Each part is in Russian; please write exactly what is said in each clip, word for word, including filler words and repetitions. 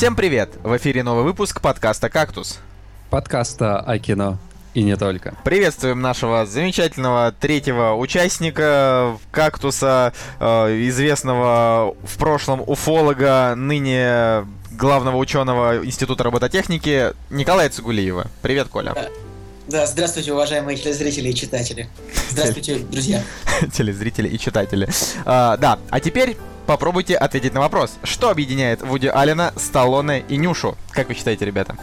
Всем привет! В эфире новый выпуск подкаста «Кактус». Подкаста о кино и не только. Приветствуем нашего замечательного третьего участника «Кактуса», э, известного в прошлом уфолога, ныне главного ученого Института робототехники Николая Цугулиева. Привет, Коля. Да. Да, здравствуйте, уважаемые телезрители и читатели. Здравствуйте, друзья. Телезрители и читатели. А, да, а теперь попробуйте ответить на вопрос. Что объединяет Вуди Аллена, Сталлоне и Нюшу? Как вы считаете, ребята?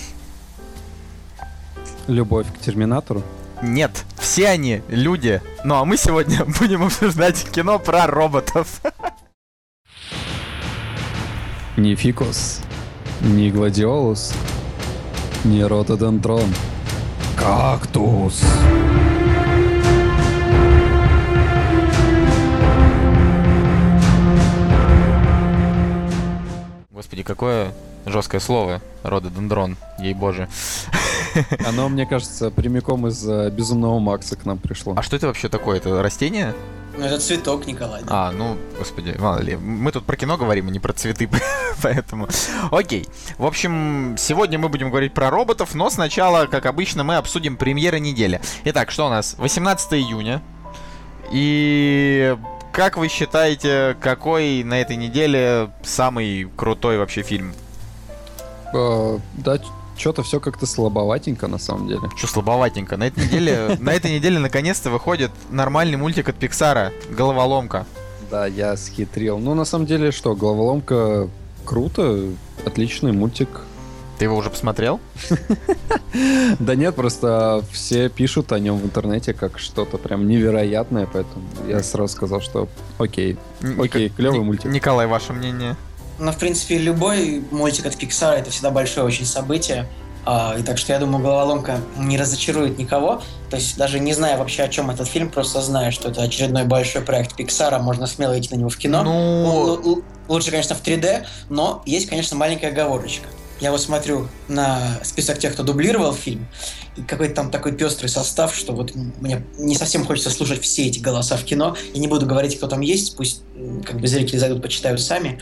Любовь к Терминатору? Нет, все они люди. Ну а мы сегодня будем обсуждать кино про роботов. Ни фикус, ни гладиолус, ни ротодендрон. Кактус. Господи, какое жесткое слово. Рододендрон, ей-боже. Оно, мне кажется, прямиком из Безумного Макса к нам пришло. А что это вообще такое? Это растение? Ну, это цветок, Николай. Да? А, ну, господи, мало ли. Мы тут про кино говорим, а не про цветы, поэтому... Окей. В общем, сегодня мы будем говорить про роботов, но сначала, как обычно, мы обсудим премьеры недели. Итак, что у нас? восемнадцатого июня. И... Как вы считаете, какой на этой неделе самый крутой вообще фильм? Э, да, что-то все как-то слабоватенько, на самом деле. Что слабоватенько? На этой неделе, на этой неделе наконец-то выходит нормальный мультик от Пиксара «Головоломка». Да, я схитрил. Ну, на самом деле, что, «Головоломка» круто, отличный мультик. Ты его уже посмотрел? Да нет, просто все пишут о нем в интернете как что-то прям невероятное, поэтому я сразу сказал, что окей, окей, клевый мультик. Николай, ваше мнение? Ну, в принципе, любой мультик от Pixar — это всегда большое очень событие. А, и так что я думаю, «Головоломка» не разочарует никого. То есть даже не зная вообще, о чем этот фильм, просто зная, что это очередной большой проект Pixar, можно смело идти на него в кино. Ну... Л- л- лучше, конечно, в три дэ, но есть, конечно, маленькая оговорочка. Я вот смотрю на список тех, кто дублировал фильм, и какой-то там такой пестрый состав, что вот мне не совсем хочется слушать все эти голоса в кино. Я не буду говорить, кто там есть, пусть как бы зрители зайдут, почитают сами.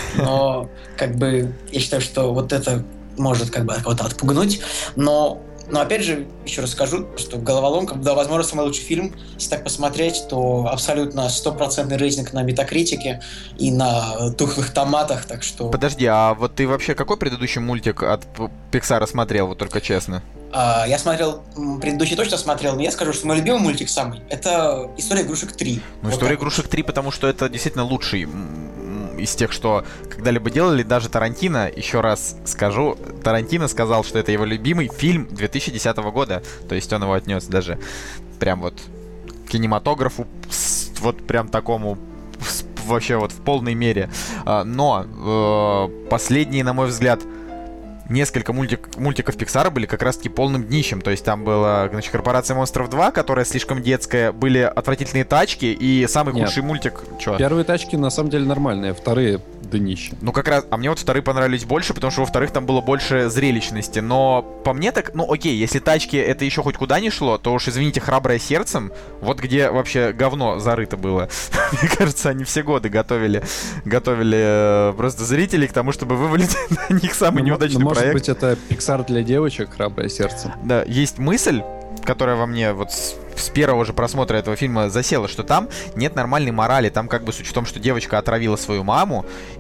Но как бы я считаю, что вот это может как бы кого-то отпугнуть. Но, но опять же, еще раз скажу, что «Головоломка», да, возможно, самый лучший фильм. Если так посмотреть, то абсолютно стопроцентный рейтинг на Метакритике и на тухлых томатах, так что... Подожди, а вот ты вообще какой предыдущий мультик от Пиксара смотрел, вот только честно? А, я смотрел, предыдущий точно смотрел, но я скажу, что мой любимый мультик самый — это «История игрушек три». Ну, вот «История так. игрушек три», потому что это действительно лучший из тех, что когда-либо делали. Даже Тарантино, еще раз скажу, Тарантино сказал, что это его любимый фильм две тысячи десятого года. То есть он его отнес даже прям вот к кинематографу, вот прям такому вообще вот в полной мере. Но э, последние, на мой взгляд, несколько мультик, мультиков Пиксара были как раз-таки полным днищем. То есть там была, значит, «Корпорация монстров два», которая слишком детская, были отвратительные тачки, и самый Нет. худший мультик... Чё? Первые тачки на самом деле нормальные, вторые днище. Ну как раз, а мне вот вторые понравились больше, потому что во вторых там было больше зрелищности. Но по мне так, ну окей, если тачки это еще хоть куда не шло, то уж извините, «Храброе сердцем», вот где вообще говно зарыто было. Мне кажется, они все годы готовили, готовили просто зрителей к тому, чтобы вывалить на них самый Ну, неудачный ну, может проект. быть, это Pixar для девочек, «Храброе сердце». Да, есть мысль, которая во мне вот с, с первого же просмотра этого фильма засела, что там нет нормальной морали. Там как бы суть в том, что девочка отравила свою маму,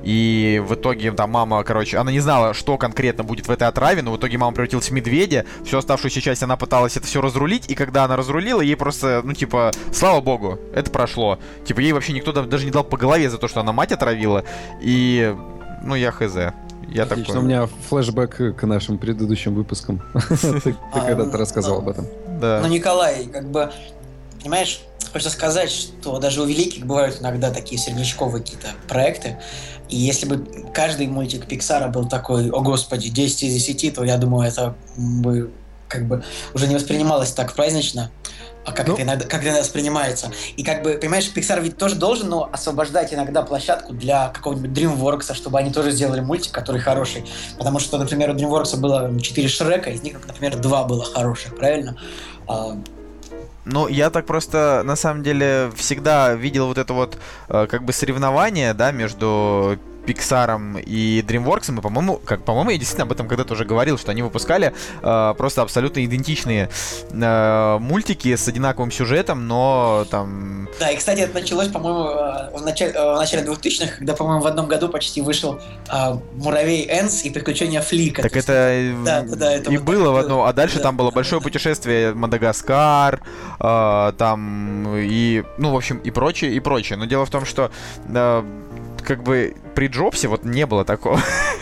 и в итоге там мама, короче, она не знала, что конкретно будет в этой отраве, но в итоге мама превратилась в медведя. Всю оставшуюся часть она пыталась это все разрулить, и когда она разрулила, ей просто, ну типа, слава богу, это прошло. Типа ей вообще никто даже не дал по голове за то, что она мать отравила, и, ну я хз. Я Отлично, такой... у меня флешбэк к нашим предыдущим выпускам. Ты когда-то рассказал об этом. Да. Ну, Николай, как бы, понимаешь, хочется сказать, что даже у великих бывают иногда такие среднячковые какие-то проекты, и если бы каждый мультик Пиксара был такой, о господи, десять из десяти, то я думаю, это бы как бы уже не воспринималось так празднично, а как, ну, это иногда, как это воспринимается. И как бы, понимаешь, Pixar ведь тоже должен, ну, освобождать иногда площадку для какого-нибудь DreamWorks, чтобы они тоже сделали мультик, который хороший. Потому что, например, у DreamWorks было четыре Шрека, из них, например, два было хороших, правильно? Ну, я так просто, на самом деле, всегда видел вот это вот, э, как бы, соревнование, да, между Pixar и DreamWorks, и, по-моему, как, по-моему, я действительно об этом когда-то уже говорил, что они выпускали э, просто абсолютно идентичные э, мультики с одинаковым сюжетом, но там... Да, и, кстати, это началось, по-моему, в начале, в начале двухтысячных, когда, по-моему, в одном году почти вышел э, «Муравей Энс» и «Приключения Флика». Так это, есть, да, да, да, это и вот было в одно, а дальше да, там было да, большое да, путешествие, Мадагаскар, э, там и, ну, в общем, и прочее, и прочее. Но дело в том, что э, как бы при Джобсе вот не было такого.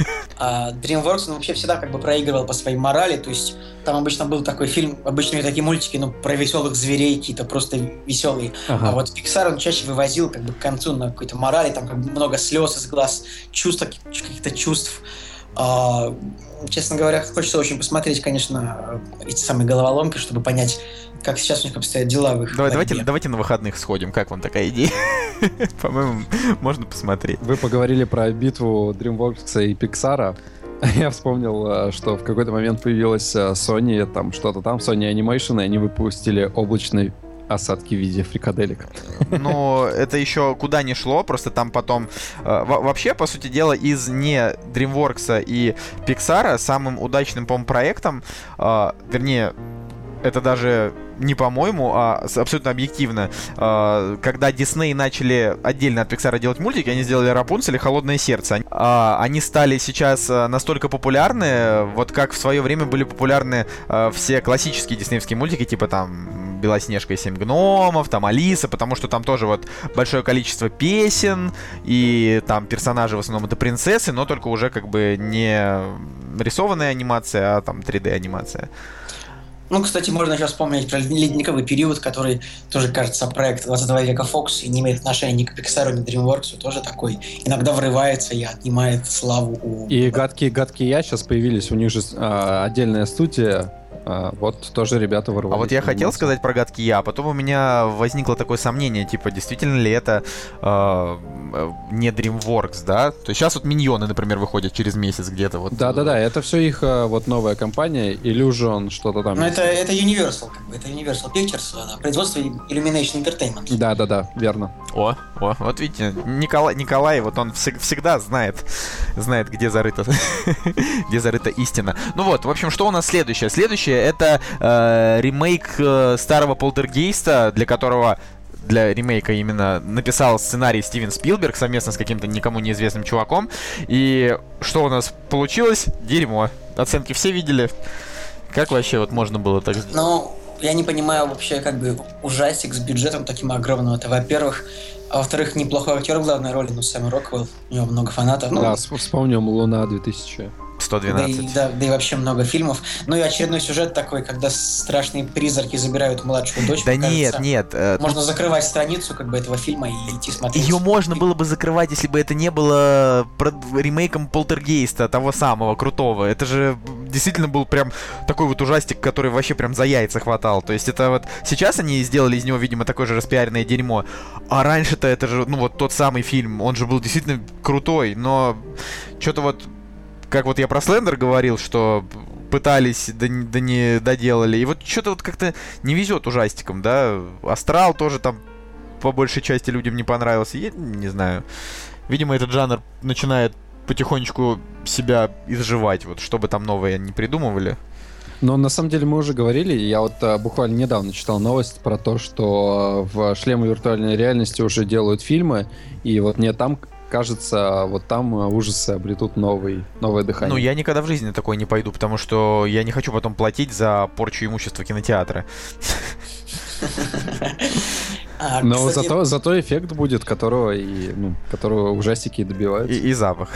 А DreamWorks, он вообще всегда как бы проигрывал по своей морали, то есть там обычно был такой фильм, обычно такие мультики, ну, про веселых зверей, какие-то просто веселые. Ага. А вот Pixar, он чаще вывозил как бы к концу на какой-то морали, там как бы много слез из глаз, чувств, каких-то чувств. А, честно говоря, хочется очень посмотреть, конечно, эти самые головоломки, чтобы понять, как сейчас у них обстоят дела в их Давай, борьбе. давайте, давайте на выходных сходим. Как вам такая идея? По-моему, можно посмотреть. Вы поговорили про битву DreamWorks и Pixar. Я вспомнил, что в какой-то момент появилась Sony, там что-то там, Sony Animation, и они выпустили облачный осадки в виде фрикаделек. Ну, это еще куда ни шло, просто там потом... Э, вообще, по сути дела, из не DreamWorks и Pixar самым удачным, по-моему, проектом, э, вернее, это даже не по-моему, а абсолютно объективно. Э, когда Disney начали отдельно от Pixar делать мультики, они сделали Рапунцель и Холодное сердце. Они, э, они стали сейчас настолько популярны, вот как в свое время были популярны э, все классические диснеевские мультики, типа там Белоснежка и Семь гномов, там Алиса, потому что там тоже вот большое количество песен, и там персонажи в основном это принцессы, но только уже как бы не рисованная анимация, а там три дэ анимация. Ну, кстати, можно сейчас вспомнить про ледниковый период, который тоже, кажется, проект двадцатого века Fox и не имеет отношения ни к Pixar, ни к DreamWorks, тоже такой иногда врывается и отнимает славу у... И гадкие гадкие я сейчас появились, у них же а, отдельная студия. А, вот тоже ребята вырвались. А вот я хотел сказать про гадкий я, а потом у меня возникло такое сомнение, типа, действительно ли это э, не DreamWorks, да? То есть сейчас вот Миньоны, например, выходят через месяц где-то. Вот. Да-да-да, это все их вот новая компания, Illusion, что-то там. Ну, это, это Universal, как бы, это Universal Pictures, да, производство Illumination Entertainment. Да-да-да, верно. О, о, вот видите, Николай, Николай вот он всег, всегда знает, знает, где зарыта, где зарыта истина. Ну вот, в общем, что у нас следующее? Следующее это э, ремейк э, старого Полтергейста, для которого для ремейка именно написал сценарий Стивен Спилберг совместно с каким-то никому неизвестным чуваком. И что у нас получилось? Дерьмо. Оценки все видели? Как вообще вот можно было так сделать? Ну, я не понимаю вообще, как бы, ужастик с бюджетом таким огромным. Это, во-первых. А во-вторых, неплохой актер в главной роли, ну, Сэм Роквелл. У него много фанатов. Ну, да, вспомним «Луна две тысячи». сто двенадцать. Да и, да, да и вообще много фильмов. Ну и очередной сюжет такой, когда страшные призраки забирают младшую дочь. Да кажется, нет, нет. Э, можно тут... закрывать страницу как бы этого фильма и идти смотреть. Ее можно было бы закрывать, если бы это не было ремейком Полтергейста, того самого, крутого. Это же действительно был прям такой вот ужастик, который вообще прям за яйца хватал. То есть это вот сейчас они сделали из него, видимо, такое же распиаренное дерьмо. А раньше-то это же, ну вот тот самый фильм, он же был действительно крутой, но что-то вот как вот я про Слендер говорил, что пытались, да, да не доделали. И вот что-то вот как-то не везет ужастикам, да. Астрал тоже там по большей части людям не понравился. Я не знаю. Видимо, этот жанр начинает потихонечку себя изживать. Вот что бы там новое не придумывали. Но на самом деле мы уже говорили, я вот а, буквально недавно читал новость про то, что в шлемы виртуальной реальности уже делают фильмы, и вот мне там кажется, вот там ужасы обретут новый, новое дыхание. Ну, я никогда в жизни такой не пойду, потому что я не хочу потом платить за порчу имущества кинотеатра. Но зато, зато эффект будет, которого, и, ну, которого ужастики и добиваются. И, и запах.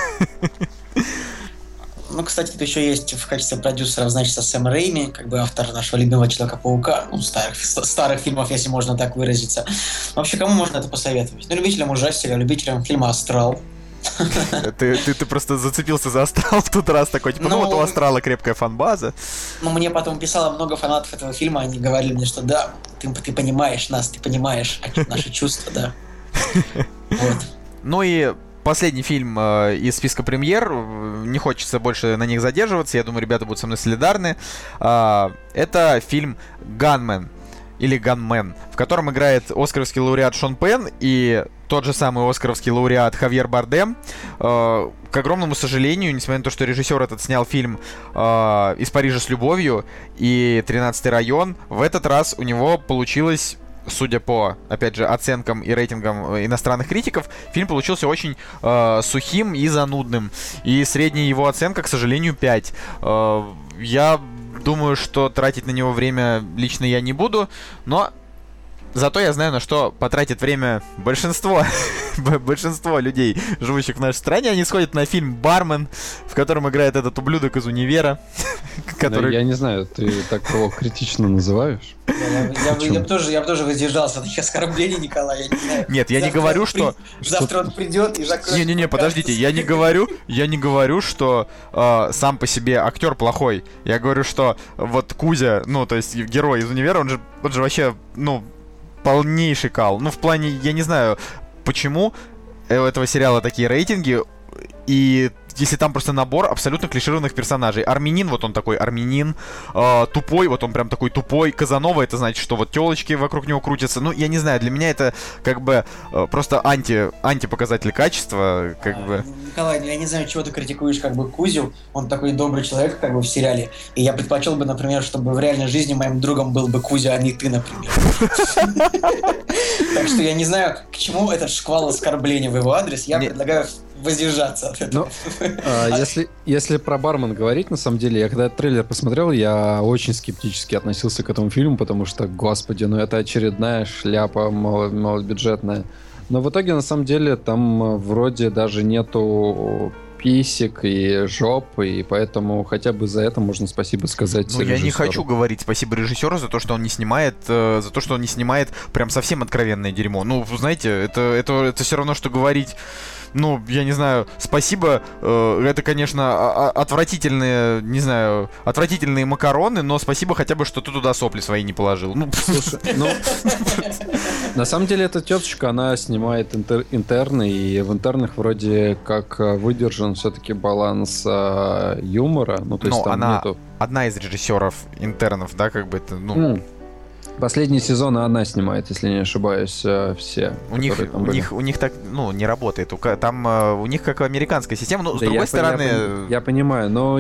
Ну, кстати, тут еще есть в качестве продюсеров, значит, Сэм Рэйми, как бы автор нашего любимого Человека-паука, ну, старых, старых фильмов, если можно так выразиться. Вообще, кому можно это посоветовать? Ну, любителям ужастика, любителям фильма «Астрал». Ты, ты, ты просто зацепился за «Астрал» в тот раз такой, типа, ну, ну вот у «Астрала» крепкая фан-база. Ну, мне потом писало много фанатов этого фильма, они говорили мне, что да, ты, ты понимаешь нас, ты понимаешь наши чувства, да. Вот. Ну и последний фильм э, из списка премьер, не хочется больше на них задерживаться, я думаю, ребята будут со мной солидарны. Э, это фильм «Ганмен» или «Ганмен», в котором играет оскаровский лауреат Шон Пенн, и тот же самый оскаровский лауреат Хавьер Бардем. Э, к огромному сожалению, несмотря на то, что режиссер этот снял фильм э, «Из Парижа с любовью» и «тринадцатый район», в этот раз у него получилось, судя по, опять же, оценкам и рейтингам иностранных критиков, фильм получился очень э, сухим и занудным. И средняя его оценка, к сожалению, пять. Э, я думаю, что тратить на него время лично я не буду, но зато я знаю, на что потратит время большинство, большинство людей, живущих в нашей стране. Они сходят на фильм «Бармен», в котором играет этот ублюдок из «Универа». Который... Да, я не знаю, ты так его критично называешь? Я, я, я, я, бы тоже, я бы тоже воздержался от таких оскорблений, Николай. Я не знаю. Нет, я завтра не говорю, что... При... Завтра он придет и закроет... Не-не-не, подождите, я не говорю, я не говорю, что э, сам по себе актер плохой. Я говорю, что вот Кузя, ну, то есть герой из «Универа», он же, он же вообще, ну, полнейший кал. Ну, в плане, я не знаю, почему у этого сериала такие рейтинги, и если там просто набор абсолютно клишированных персонажей. Армянин, вот он такой армянин, э, тупой, вот он прям такой тупой. Казанова, это значит, что вот телочки вокруг него крутятся. Ну, я не знаю, для меня это как бы э, просто анти, антипоказатель качества, как а, бы. Николай, я не знаю, чего ты критикуешь как бы Кузю, он такой добрый человек как бы в сериале, и я предпочел бы, например, чтобы в реальной жизни моим другом был бы Кузя, а не ты, например. Так что я не знаю, к чему этот шквал оскорблений в его адрес, я предлагаю воздержаться от этого. Ну, а, если, если про «Бармен» говорить, на самом деле, я когда этот трейлер посмотрел, я очень скептически относился к этому фильму, потому что, господи, ну это очередная шляпа мал- малобюджетная. Но в итоге, на самом деле, там вроде даже нету писек и жоп, и поэтому хотя бы за это можно спасибо сказать Ну, режиссеру. Я не хочу говорить спасибо режиссеру за то, что он не снимает, э, за то, что он не снимает прям совсем откровенное дерьмо. Ну, знаете, это, это, это все равно, что говорить... Ну, я не знаю, спасибо, э, это, конечно, отвратительные, не знаю, отвратительные макароны, но спасибо хотя бы, что ты туда сопли свои не положил. Ну, слушай, ну, на самом деле эта тетушка, она снимает интер- интерны, и в интернах вроде как выдержан все-таки баланс э, юмора, ну, то есть но там она нету... одна из режиссеров интернов, да, как бы это, ну... Mm. Последний сезон она снимает, если не ошибаюсь, все. У них, у них, у них так, ну, не работает. Там у них как американская система, но да с другой я стороны. Я, я понимаю, но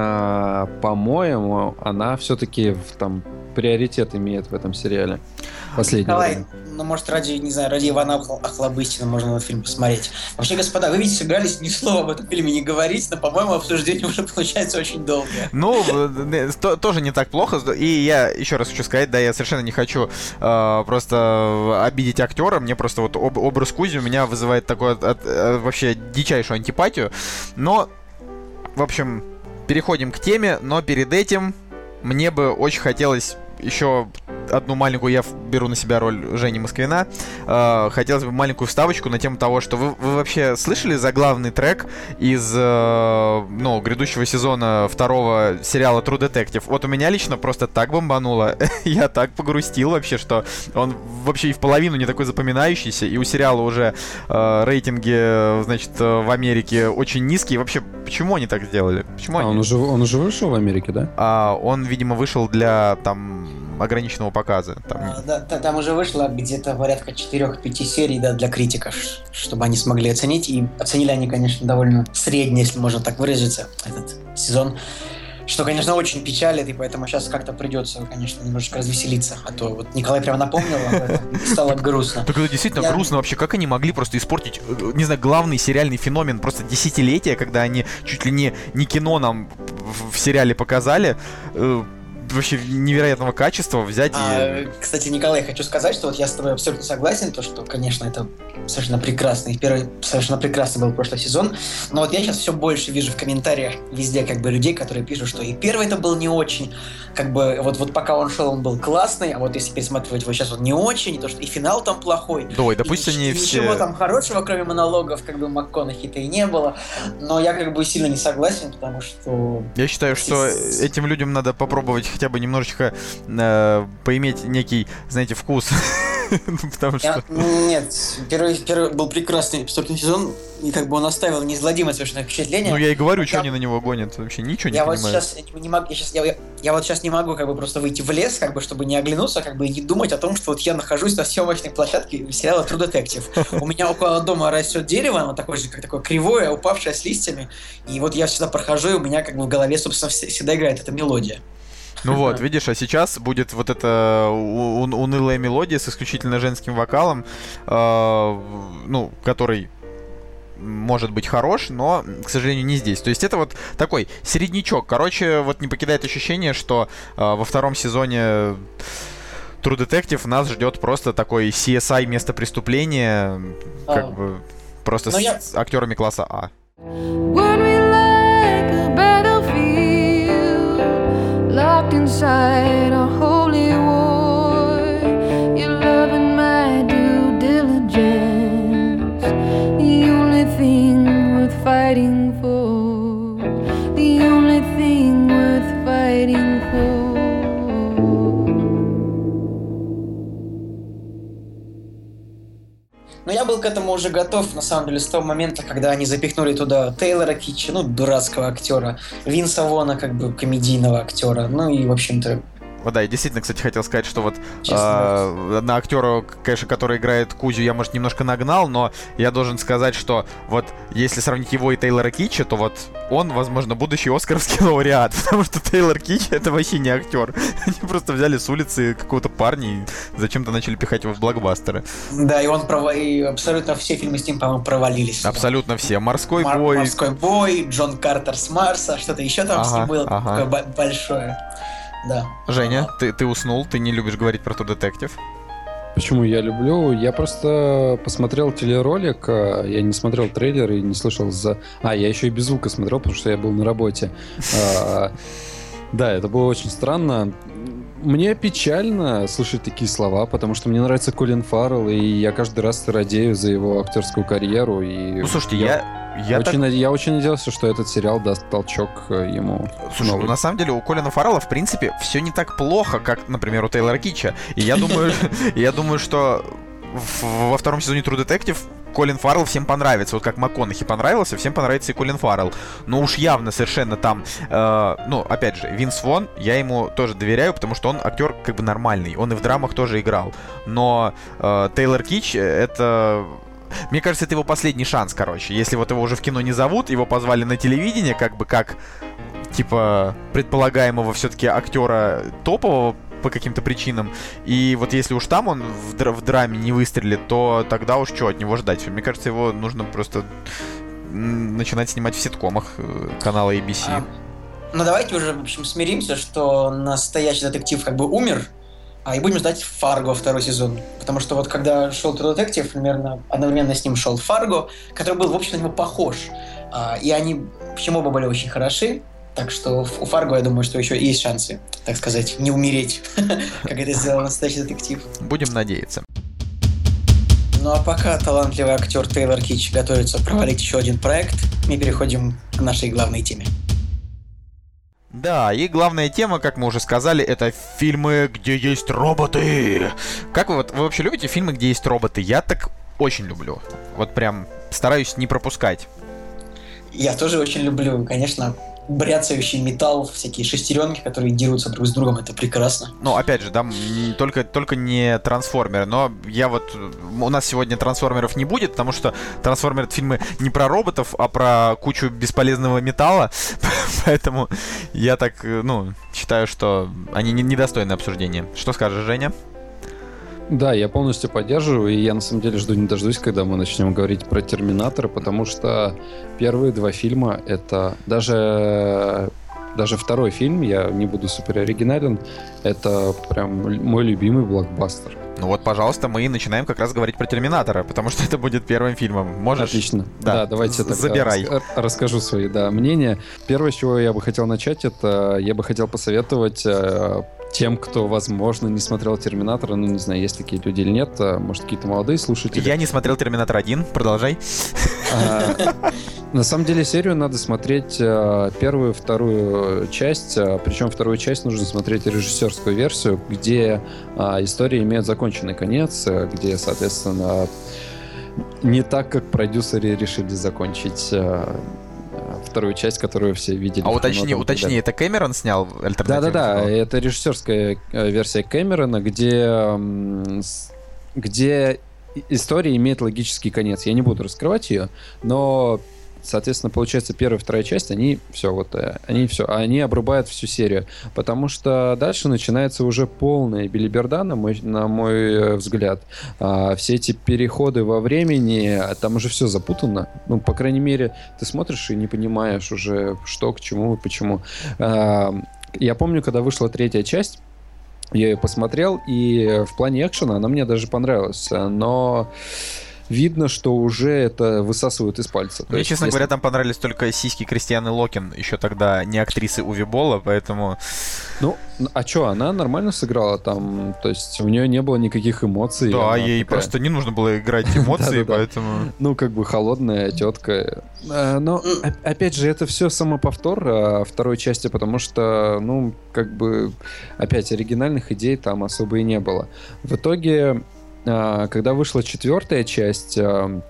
а, по-моему, она все-таки в, там приоритет имеет в этом сериале. Последний. Николай, ну, может, ради, не знаю, ради Ивана Охлобыстина можно этот фильм посмотреть. Вообще, господа, вы ведь собирались ни слова об этом фильме не говорить, но, по-моему, обсуждение уже получается очень долгое. Ну, тоже не так плохо. И я еще раз хочу сказать, да, я совершенно не хочу э, просто обидеть актера. Мне просто вот об, образ Кузи у меня вызывает такую от, от, вообще дичайшую антипатию. Но, в общем, переходим к теме, но перед этим мне бы очень хотелось еще одну маленькую, я беру на себя роль Жени Москвина, э, хотелось бы маленькую вставочку на тему того, что вы, вы вообще слышали заглавный трек из э, ну, грядущего сезона второго сериала True Detective? Вот у меня лично просто так бомбануло, я так погрустил вообще, что он вообще и в половину не такой запоминающийся, и у сериала уже э, рейтинги, значит, в Америке очень низкие. Вообще, почему они так сделали? Почему а они... он, уже, он уже вышел в Америке, да? А, он, видимо, вышел для там ограниченного показа. Там... А, да, там уже вышло где-то порядка четыре-пять серий, да, для критиков, чтобы они смогли оценить. И оценили они, конечно, довольно средне, если можно так выразиться, этот сезон. Что, конечно, очень печалит, и поэтому сейчас как-то придется, конечно, немножечко развеселиться. А то вот Николай прямо напомнил об этом, и стало грустно. Так это действительно Я... грустно вообще. Как они могли просто испортить, не знаю, главный сериальный феномен просто десятилетия, когда они чуть ли не, не кино нам в, в сериале показали, вообще невероятного качества взять а, и... Кстати, Николай, хочу сказать, что вот я с тобой абсолютно согласен, то, что, конечно, это совершенно прекрасный, первый совершенно прекрасный был прошлый сезон, но вот я сейчас все больше вижу в комментариях везде как бы людей, которые пишут, что и первый это был не очень, как бы вот, вот пока он шел, он был классный, а вот если пересматривать его сейчас, он не очень, и то, что и финал там плохой. Да, ой, да пусть они все... Ничего там хорошего, кроме монологов, как бы МакКонахи-то и не было, но я как бы сильно не согласен, потому что... Я считаю, что этим людям надо попробовать хотя бы немножечко э, поиметь некий, знаете, вкус Потому Я- что... Нет, первый, первый был прекрасный четвертый сезон, и как бы он оставил неизгладимое совершенно впечатление. Ну я и говорю, Я- что они на него гонят. Вообще ничего не я вот понимаю. сейчас не могу, я, щас- я- я вот сейчас не могу как бы просто выйти в лес, как бы, чтобы не оглянуться, как бы и не думать о том, что вот я нахожусь на съемочной площадке сериала True Detective. У меня около дома растет дерево, оно такое же, как такое кривое, упавшее с листьями, и вот я всегда прохожу, и у меня как бы в голове, собственно, вс- всегда играет эта мелодия. Ну вот, видишь, а сейчас будет вот эта у- у- унылая мелодия с исключительно женским вокалом, э, ну, который может быть хорош, но, к сожалению, не здесь. То есть это вот такой середнячок. Короче, вот не покидает ощущение, что э, во втором сезоне True Detective нас ждет просто такой си эс ай место преступления, как А. бы просто Ну, с, я- с актерами класса А. Would we like a battlefield locked inside a holy war? Your love and my due diligence, the only thing worth fighting for, the only thing worth fighting for. Но я был к этому уже готов, на самом деле, с того момента, когда они запихнули туда Тейлора Китча, ну, дурацкого актера, Винса Вона, как бы, комедийного актера, ну и, в общем-то, Вот да, я действительно, кстати, хотел сказать, что вот Честно. а, на актера, конечно, который играет Кузю, я, может, немножко нагнал, но я должен сказать, что вот если сравнить его и Тейлора Китча, то вот он, возможно, будущий оскаровский лауреат, потому что Тейлор Китч — это вообще не актер. Они просто взяли с улицы какого-то парня и зачем-то начали пихать его в блокбастеры. да, и он права... и абсолютно все фильмы с ним, по-моему, провалились. Абсолютно все. «Морской Мар- бой». Морской бой, Джон Картер с Марса, что-то еще там с Ага, ним было ага. такое бо- большое. Да. Женя, ты, ты уснул, ты не любишь говорить про True Detective? Почему я люблю? Я просто посмотрел телеролик, а, я не смотрел трейлер и не слышал за... А, я еще и без звука смотрел, потому что я был на работе. А, Да, это было очень странно. Мне печально слышать такие слова, потому что мне нравится Колин Фаррелл, и я каждый раз радею за его актерскую карьеру. И Ну, слушайте, я... Я очень, так... наде- я очень надеялся, что этот сериал даст толчок э, ему. Слушай, новый. ну на самом деле у Колина Фаррелла, в принципе, все не так плохо, как, например, у Тейлора Китча. И я думаю, я думаю, что в- во втором сезоне True Detective Колин Фаррелл всем понравится. Вот как МакКонахи понравился, всем понравится и Колин Фаррелл. Но уж явно совершенно там... э, ну, опять же, Винс Вон, я ему тоже доверяю, потому что он актер как бы нормальный. Он и в драмах тоже играл. Но э, Тейлор Китч — это... Мне кажется, это его последний шанс, короче. Если вот его уже в кино не зовут, его позвали на телевидение, как бы как, типа, предполагаемого все-таки актера топового по каким-то причинам. И вот если уж там он в, дра- в драме не выстрелит, то тогда уж что от него ждать? Мне кажется, его нужно просто м, начинать снимать в ситкомах э, канала эй би си. А, ну давайте уже, в общем, смиримся, что настоящий детектив как бы умер, а и будем ждать Фарго второй сезон. Потому что вот когда шел True Detective, примерно одновременно с ним шел Фарго, который был, в общем, на него похож. А, и они, почему оба были очень хороши. Так что у Фарго, я думаю, что еще есть шансы, так сказать, не умереть, как это сделал настоящий детектив. Будем надеяться. Ну а пока талантливый актер Тейлор Китч готовится провалить еще один проект, мы переходим к нашей главной теме. Да, и главная тема, как мы уже сказали, это фильмы, где есть роботы. Как вы вот, вы вообще любите фильмы, где есть роботы? Я так очень люблю. Вот прям стараюсь не пропускать. Я тоже очень люблю, конечно, бряцающий металл, всякие шестеренки, которые дерутся друг с другом, это прекрасно. Ну, опять же, да, м, только, только не трансформеры, но я вот... У нас сегодня трансформеров не будет, потому что трансформеры — это фильмы не про роботов, а про кучу бесполезного металла, поэтому я так, э, ну, считаю, что они не- недостойны обсуждения. Что скажешь, Женя? Да, я полностью поддерживаю, и я на самом деле жду не дождусь, когда мы начнем говорить про Терминатора, потому что первые два фильма — это даже, даже второй фильм, я не буду супер оригинален, это прям мой любимый блокбастер. Ну вот, пожалуйста, мы и начинаем как раз говорить про Терминатора, потому что это будет первым фильмом. Можешь? Отлично. Да, Да, давайте з- тогда забирай. рас- расскажу свои да, мнения. Первое, с чего я бы хотел начать, это я бы хотел посоветовать э, тем, кто, возможно, не смотрел «Терминатора», ну, не знаю, есть такие люди или нет, а, может, какие-то молодые слушатели. Я не смотрел «Терминатор один», продолжай. А, на самом деле серию надо смотреть а, первую, вторую часть, а, причем вторую часть нужно смотреть режиссерскую версию, где а, история имеет законченный конец, а, где, соответственно, не так, как продюсеры решили закончить а, вторую часть, которую все видели. А уточни, уточни, это Кэмерон снял альтернативу? Да-да-да, это режиссерская версия Кэмерона, где, где история имеет логический конец. Я не буду раскрывать ее, но, соответственно, получается, первая и вторая часть, они все, вот, они все, они обрубают всю серию, потому что дальше начинается уже полная белиберда, на мой, на мой взгляд. А, все эти переходы во времени, там уже все запутано. Ну, по крайней мере, ты смотришь и не понимаешь уже, что, к чему и почему. А, я помню, когда вышла третья часть, я ее посмотрел, и в плане экшена она мне даже понравилась, но видно, что уже это высасывают из пальца. Мне, есть, честно если... говоря, там понравились только сиськи Кристианы Локин, еще тогда не актрисы Уви Болла, поэтому... Ну, а что, она нормально сыграла там, то есть у нее не было никаких эмоций. Да, ей такая... просто не нужно было играть эмоции, поэтому... Ну, как бы холодная тетка. Но, опять же, это все самоповтор второй части, потому что, ну, как бы, опять, оригинальных идей там особо и не было. В итоге... Когда вышла четвертая часть,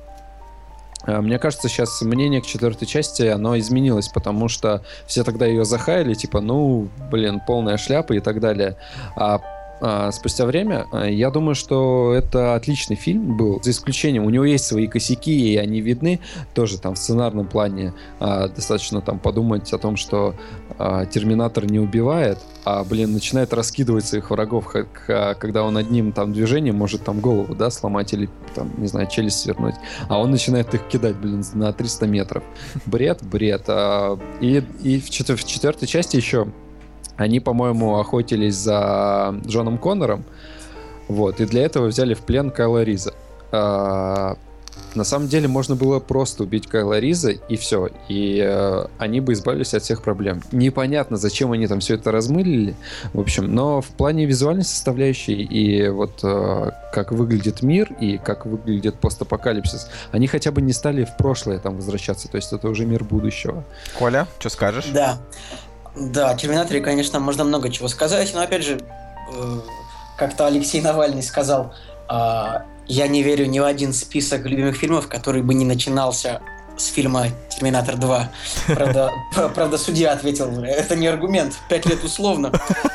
мне кажется, сейчас мнение к четвертой части, оно изменилось, потому что все тогда ее захаяли, типа, ну, блин, полная шляпа и так далее. А А, спустя время, я думаю, что это отличный фильм был, за исключением, у него есть свои косяки, и они видны тоже там в сценарном плане. А, достаточно там подумать о том, что а, Терминатор не убивает, а, блин, начинает раскидывать своих врагов, как, когда он одним там движением может там голову, да, сломать или там, не знаю, челюсть свернуть, а он начинает их кидать, блин, на триста метров. Бред, бред. А, и, и в, четвер- в четвертой части еще они, по-моему, охотились за Джоном Коннором, вот, и для этого взяли в плен Кайла Риза. А, на самом деле можно было просто убить Кайла Риза, и все, и а, они бы избавились от всех проблем. Непонятно, зачем они там все это размылили, в общем, но в плане визуальной составляющей и вот а, как выглядит мир, и как выглядит постапокалипсис, они хотя бы не стали в прошлое там возвращаться, то есть это уже мир будущего. Коля, что скажешь? Да. Да, о Терминаторе, конечно, можно много чего сказать, но, опять же, э, как-то Алексей Навальный сказал, э, я не верю ни в один список любимых фильмов, который бы не начинался с фильма «Терминатор два». Правда, правда, судья ответил, это не аргумент, пять лет условно.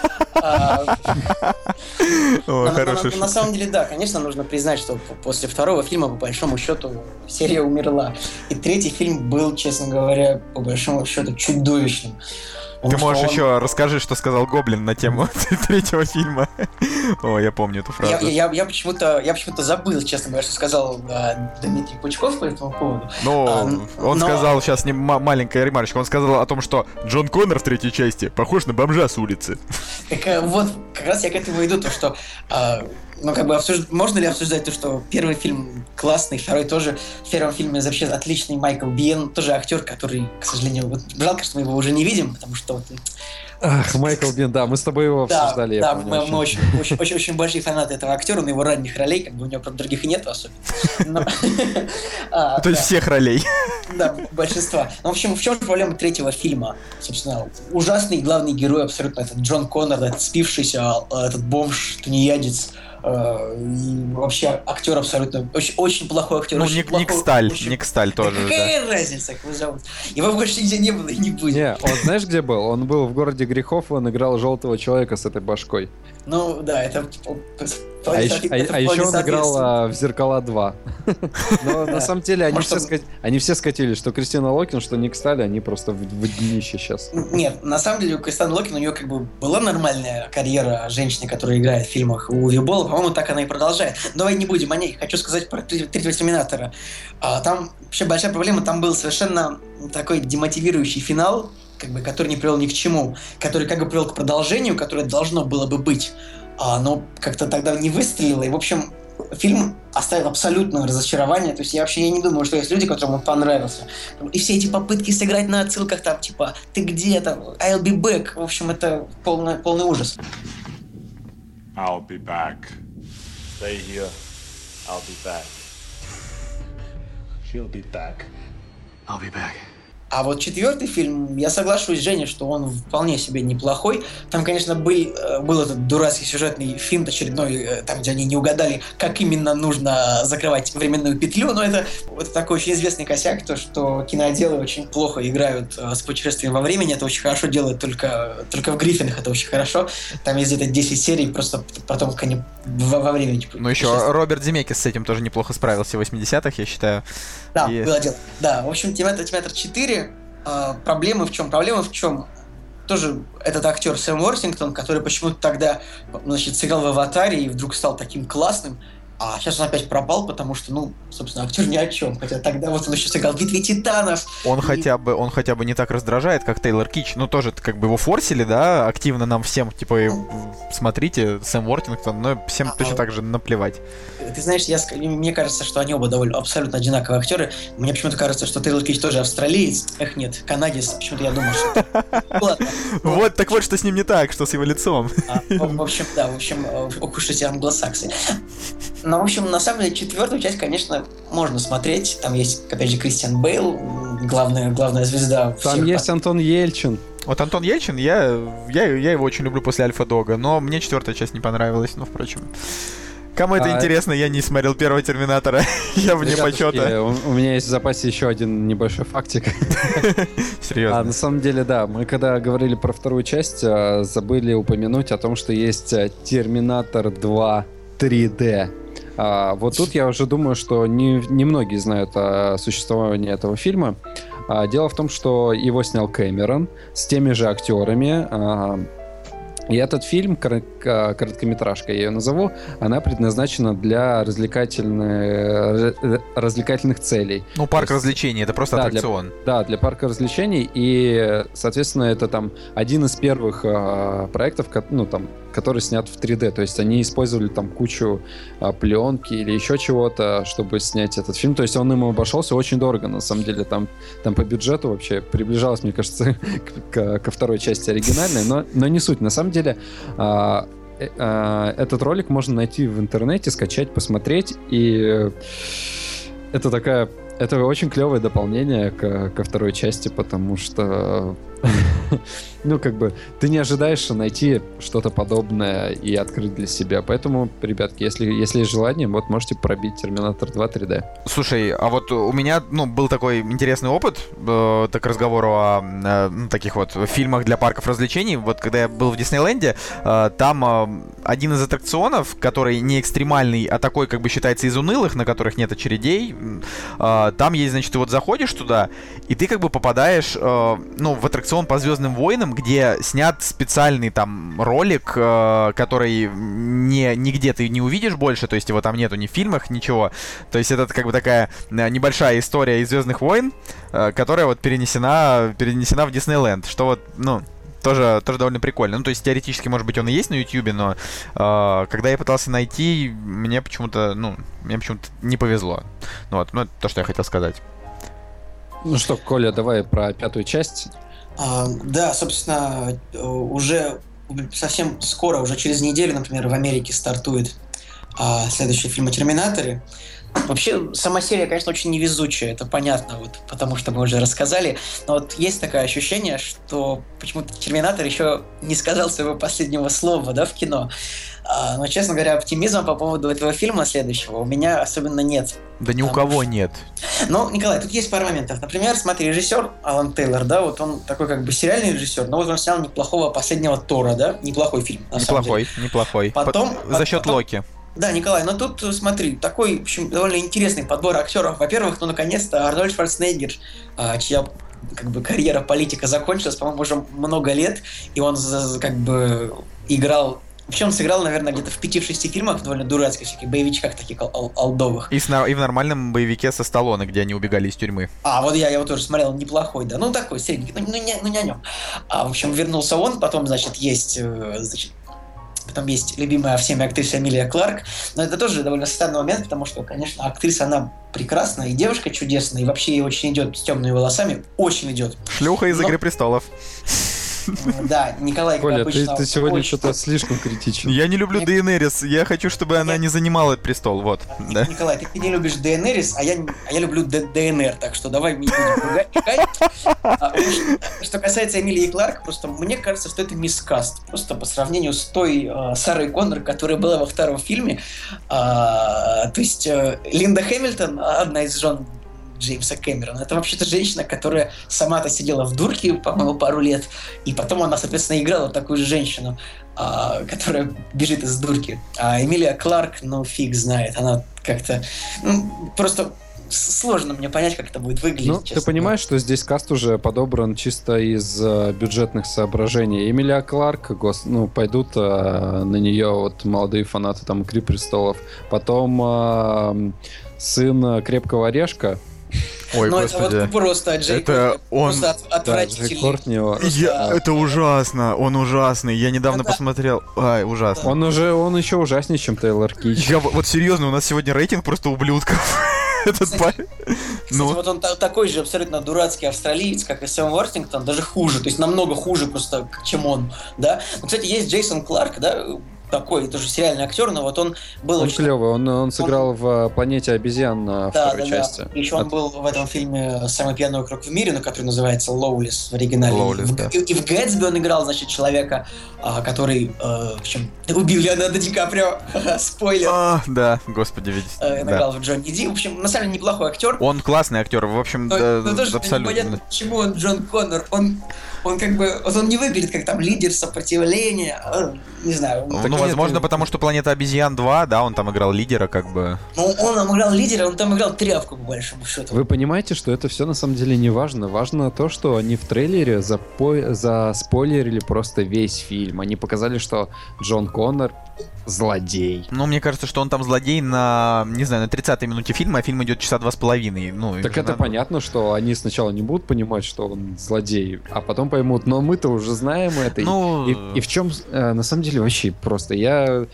На самом деле, да, конечно, нужно признать, что после второго фильма, по большому счету, серия умерла. И третий фильм был, честно говоря, по большому счету, чудовищным. Ты можешь он... еще расскажи, что сказал Гоблин на тему третьего фильма. О, я помню эту фразу. Я, я, я, почему-то, я почему-то забыл, честно говоря, что сказал а, Дмитрий Пучков по этому поводу. Ну, а, он но... сказал, сейчас не м- маленькая ремарочка, он сказал о том, что Джон Коннор в третьей части похож на бомжа с улицы. Так вот, как раз я к этому иду, то что... А, ну, как бы, обсуж... можно ли обсуждать то, что первый фильм классный, второй тоже. В первом фильме вообще отличный Майкл Биен, тоже актер, который, к сожалению, вот, жалко, что мы его уже не видим, потому что вот... Ах, Майкл Биен, да, мы с тобой его обсуждали. Да, я да, помню, мы, очень. мы очень, очень, очень, очень большие фанаты этого актера, на его ранних ролей, как бы у него, правда, других и нету особенно. То есть всех ролей. Да, большинства. Ну, в общем, в чем же проблема третьего фильма? Собственно, ужасный главный герой абсолютно, этот Джон Коннор, этот спившийся, этот бомж, тунеядец, и вообще актер абсолютно очень, очень плохой актер. Ну, Ник, Ник Сталь, очень... Ник Сталь тоже. Да какая да. разница, как его зовут? Его больше нигде не было и не будет. Не, он знаешь, где был? Он был в «Городе грехов», он играл желтого человека с этой башкой. Ну, да, это... А, еще, а, а еще он играл а, в «Зеркала два». Но на самом деле они, все ска... они все скатились, что Кристина Локин, что Ник Сталь, они просто в, в днище сейчас. Нет, на самом деле у Кристины Локин, у нее как бы была нормальная карьера женщины, которая играет в фильмах у Уви Болла, по-моему, так она и продолжает. Давай не будем о ней. Хочу сказать про третьего Терминатора. А, там вообще большая проблема, там был совершенно такой демотивирующий финал, как бы, который не привел ни к чему, который как бы привел к продолжению, которое должно было бы быть, а оно как-то тогда не выстрелило, и, в общем, фильм оставил абсолютное разочарование, то есть я вообще я не думаю, что есть люди, которым он понравился. И все эти попытки сыграть на отсылках, там, типа, ты где там, I'll be back, в общем, это полный, полный ужас. I'll be back. Stay here. I'll be back. She'll be back. I'll be back. А вот четвертый фильм, я соглашусь с Женей, что он вполне себе неплохой. Там, конечно, был, был этот дурацкий сюжетный финт очередной, там, где они не угадали, как именно нужно закрывать временную петлю, но это, это такой очень известный косяк, то, что киноотделы очень плохо играют с путешествием во времени, это очень хорошо делают только, только в Гриффинах, это очень хорошо. Там есть где-то десять серий просто про то, как они во, во времени типа, ну еще Роберт Земекис с этим тоже неплохо справился в восьмидесятых, я считаю. Да, И... было дело. Да, в общем, Терминатор, Терминатор четыре. Uh, проблемы в чем? Проблема в чем? Тоже этот актер Сэм Уортингтон, который почему-то тогда, значит, сыграл в «Аватаре» и вдруг стал таким классным, а сейчас он опять пропал, потому что, ну, собственно, актер ни о чем. Хотя тогда вот он еще сыграл в «Битве титанов». Он, и... хотя бы, он хотя бы не так раздражает, как Тейлор Китч. Ну, тоже как бы его форсили, да, активно нам всем, типа, смотрите, Сэм Уортингтон, но всем а, точно а... так же наплевать. Ты знаешь, я, мне кажется, что они оба довольно абсолютно одинаковые актеры. Мне почему-то кажется, что Тейлор Китч тоже австралиец. Эх, нет, канадец. Почему-то я думал, что... Ладно. Вот, так вот, что с ним не так, что с его лицом. В общем, да, в общем, ох уж эти англосаксы. Но, в общем, на самом деле, четвертую часть, конечно, можно смотреть. Там есть, опять же, Кристиан Бейл, главная, главная звезда. Там есть Антон Ельчин. Вот Антон Ельчин, я, я, я его очень люблю после Альфа-Дога, но мне четвертая часть не понравилась, ну, впрочем... Кому это а... интересно, я не смотрел первого Терминатора, я вне почета. У, у меня есть в запасе еще один небольшой фактик. Серьезно? А на самом деле, да, мы когда говорили про вторую часть, забыли упомянуть о том, что есть Терминатор два три дэ. А, вот тут я уже думаю, что не, не многие знают о существовании этого фильма. А, дело в том, что его снял Кэмерон с теми же актерами. А, И этот фильм, короткометражка, я ее назову, она предназначена для развлекательных, развлекательных целей. Ну, парк есть, развлечений, это просто да, аттракцион. Для, да, для парка развлечений, и, соответственно, это там один из первых а, проектов, ну, там, который снят в три дэ, то есть они использовали там кучу а, пленки или еще чего-то, чтобы снять этот фильм, то есть он ему обошелся очень дорого, на самом деле, там, там по бюджету вообще приближалось, мне кажется, к, ко второй части оригинальной, но, но не суть, на самом деле а, а, этот ролик можно найти в интернете, скачать, посмотреть, и это такая, это очень клевое дополнение к, ко второй части, потому что ну, как бы, ты не ожидаешь найти что-то подобное и открыть для себя. Поэтому, ребятки, если, если есть желание, вот можете пробить Терминатор два три дэ. Слушай, а вот у меня, ну, был такой интересный опыт, э, так к разговору о э, таких вот фильмах для парков развлечений. Вот когда я был в Диснейленде, э, там э, один из аттракционов, который не экстремальный, а такой, как бы считается, из унылых, на которых нет очередей, э, там есть, значит, ты вот заходишь туда, и ты как бы попадаешь, э, ну, в аттракцион по Звездным войнам, где снят специальный там ролик, э, который не, нигде ты не увидишь больше, то есть его там нету ни в фильмах, ничего. То есть это как бы такая небольшая история из Звездных войн, э, которая вот перенесена, перенесена в Диснейленд, что вот, ну, тоже, тоже довольно прикольно. Ну, то есть теоретически, может быть, он и есть на Ютьюбе, но э, когда я пытался найти, мне почему-то, ну, мне почему-то не повезло. Ну, вот, ну, это то, что я хотел сказать. Ну что, Коля, давай про пятую часть. А, да, собственно, уже совсем скоро, уже через неделю, например, в Америке стартует а, следующий фильм о Терминаторе. Вообще, сама серия, конечно, очень невезучая, это понятно, вот, потому что мы уже рассказали, но вот есть такое ощущение, что почему-то Терминатор еще не сказал своего последнего слова, да, в кино. А, но, честно говоря, оптимизма по поводу этого фильма следующего у меня особенно нет. Да ни у кого что... нет. Ну, Николай, тут есть пару моментов. Например, смотри, режиссер Алан Тейлор, да, вот он такой как бы сериальный режиссер, но вот он снял неплохого последнего Тора, да, неплохой фильм, на самом деле. Неплохой, неплохой. Потом, По... За счет потом... Локи. Да, Николай, но тут, смотри, такой, в общем, довольно интересный подбор актеров. Во-первых, ну, наконец-то, Арнольд Шварценеггер, чья, как бы, карьера политика закончилась, по-моему, уже много лет, и он, как бы, играл... Вообще он сыграл, наверное, где-то в пяти-шести фильмах, довольно дурацких, всяких боевичках таких ал- алдовых. И, с, и в нормальном боевике со Сталлоне, где они убегали из тюрьмы. А, вот я его тоже смотрел, неплохой, да. Ну, такой, средний, ну, ну, не, ну не о нем. А, в общем, вернулся он, потом, значит, есть... Значит, Потом есть любимая всеми актриса Эмилия Кларк. Но это тоже довольно странный момент, потому что, конечно, актриса, она прекрасная, и девушка чудесная, и вообще ей очень идет с темными волосами, очень идет. Шлюха из но... «Игры престолов». Да, Николай, как Коля, ты, обычно, ты сегодня очень- что-то слишком критичен. Я не люблю Нет. Дейенерис, я хочу, чтобы она не занимала престол, вот. Да. Николай, ты не любишь ДНРис, а я, а я люблю Д- ДНР, так что давай не будем ругать. А, что- Что касается Эмилии Кларк, просто мне кажется, что это мискаст. Просто по сравнению с той э, Сарой Коннор, которая была во втором фильме. А, то есть э, Линда Хэмилтон, одна из жен Джеймса Кэмерона, это вообще-то женщина, которая сама-то сидела в дурке, по-моему, пару лет, и потом она, соответственно, играла такую же женщину, а, которая бежит из дурки. А Эмилия Кларк, ну, фиг знает, она как-то... Ну, просто с- сложно мне понять, как это будет выглядеть. Ну, честно ты понимаешь, что здесь каст уже подобран чисто из э, бюджетных соображений. Эмилия Кларк, гос, ну, пойдут э, на нее вот молодые фанаты там «Игры престолов». Потом э, сын «Крепкого орешка». Ой, Но господи. это вот просто Джей Это Кортни, он- просто от- Да, Джей отвратительный. Кортни, его- Я- Да. это ужасно, он ужасный. Я недавно Да. посмотрел. Ай, ужасно. Он уже, он еще ужаснее, чем Тейлор Кич. Я, вот серьезно, у нас сегодня рейтинг просто ублюдков. Этот Кстати, парень. Кстати, Ну, вот он та- такой же абсолютно дурацкий австралиец, как и Сэм Уортингтон, даже хуже, то есть намного хуже просто, чем он, да. Ну, кстати, есть Джейсон Кларк, да, такой тоже сериальный актер, но вот он был Он очень... клевый, он, он сыграл в «Планете обезьян» на Да, второй да, части. да. Еще он От- был в этом фильме «Самый пьяный округ в мире», ну, который называется «Лоулис» в оригинале. Лоулис, и, в, да. и, и в «Гэтсби» он играл, значит, человека, а, который, э, в общем, убил Леонардо Ди Каприо. Спойлер. а, да, господи, ведь. Э, да. играл в Джонни Ди. В общем, на самом деле неплохой актер. Он классный актер, в общем, Но, да, но тоже абсолютно. непонятно, почему он Джон Коннор. Он, он как бы, вот он не выглядит как там лидер сопротивления. а, Не знаю. Ну, Так нет, возможно, ну- потому что «Планета обезьян два», да, он там играл лидера, как бы. Ну, он там играл лидера, он там играл тряпку, по большому счету. Вы понимаете, что это все на самом деле не важно. Важно то, что они в трейлере запо... заспойлерили просто весь фильм. Они показали, что Джон Коннор злодей. Ну, мне кажется, что он там злодей на, не знаю, на тридцатой минуте фильма, а фильм идет часа два с половиной. Ну, их Так же это надо- понятно, что они сначала не будут понимать, что он злодей, а потом поймут, но мы-то уже знаем это. И- Ну, И, и в чем, э, на самом деле, вообще просто я...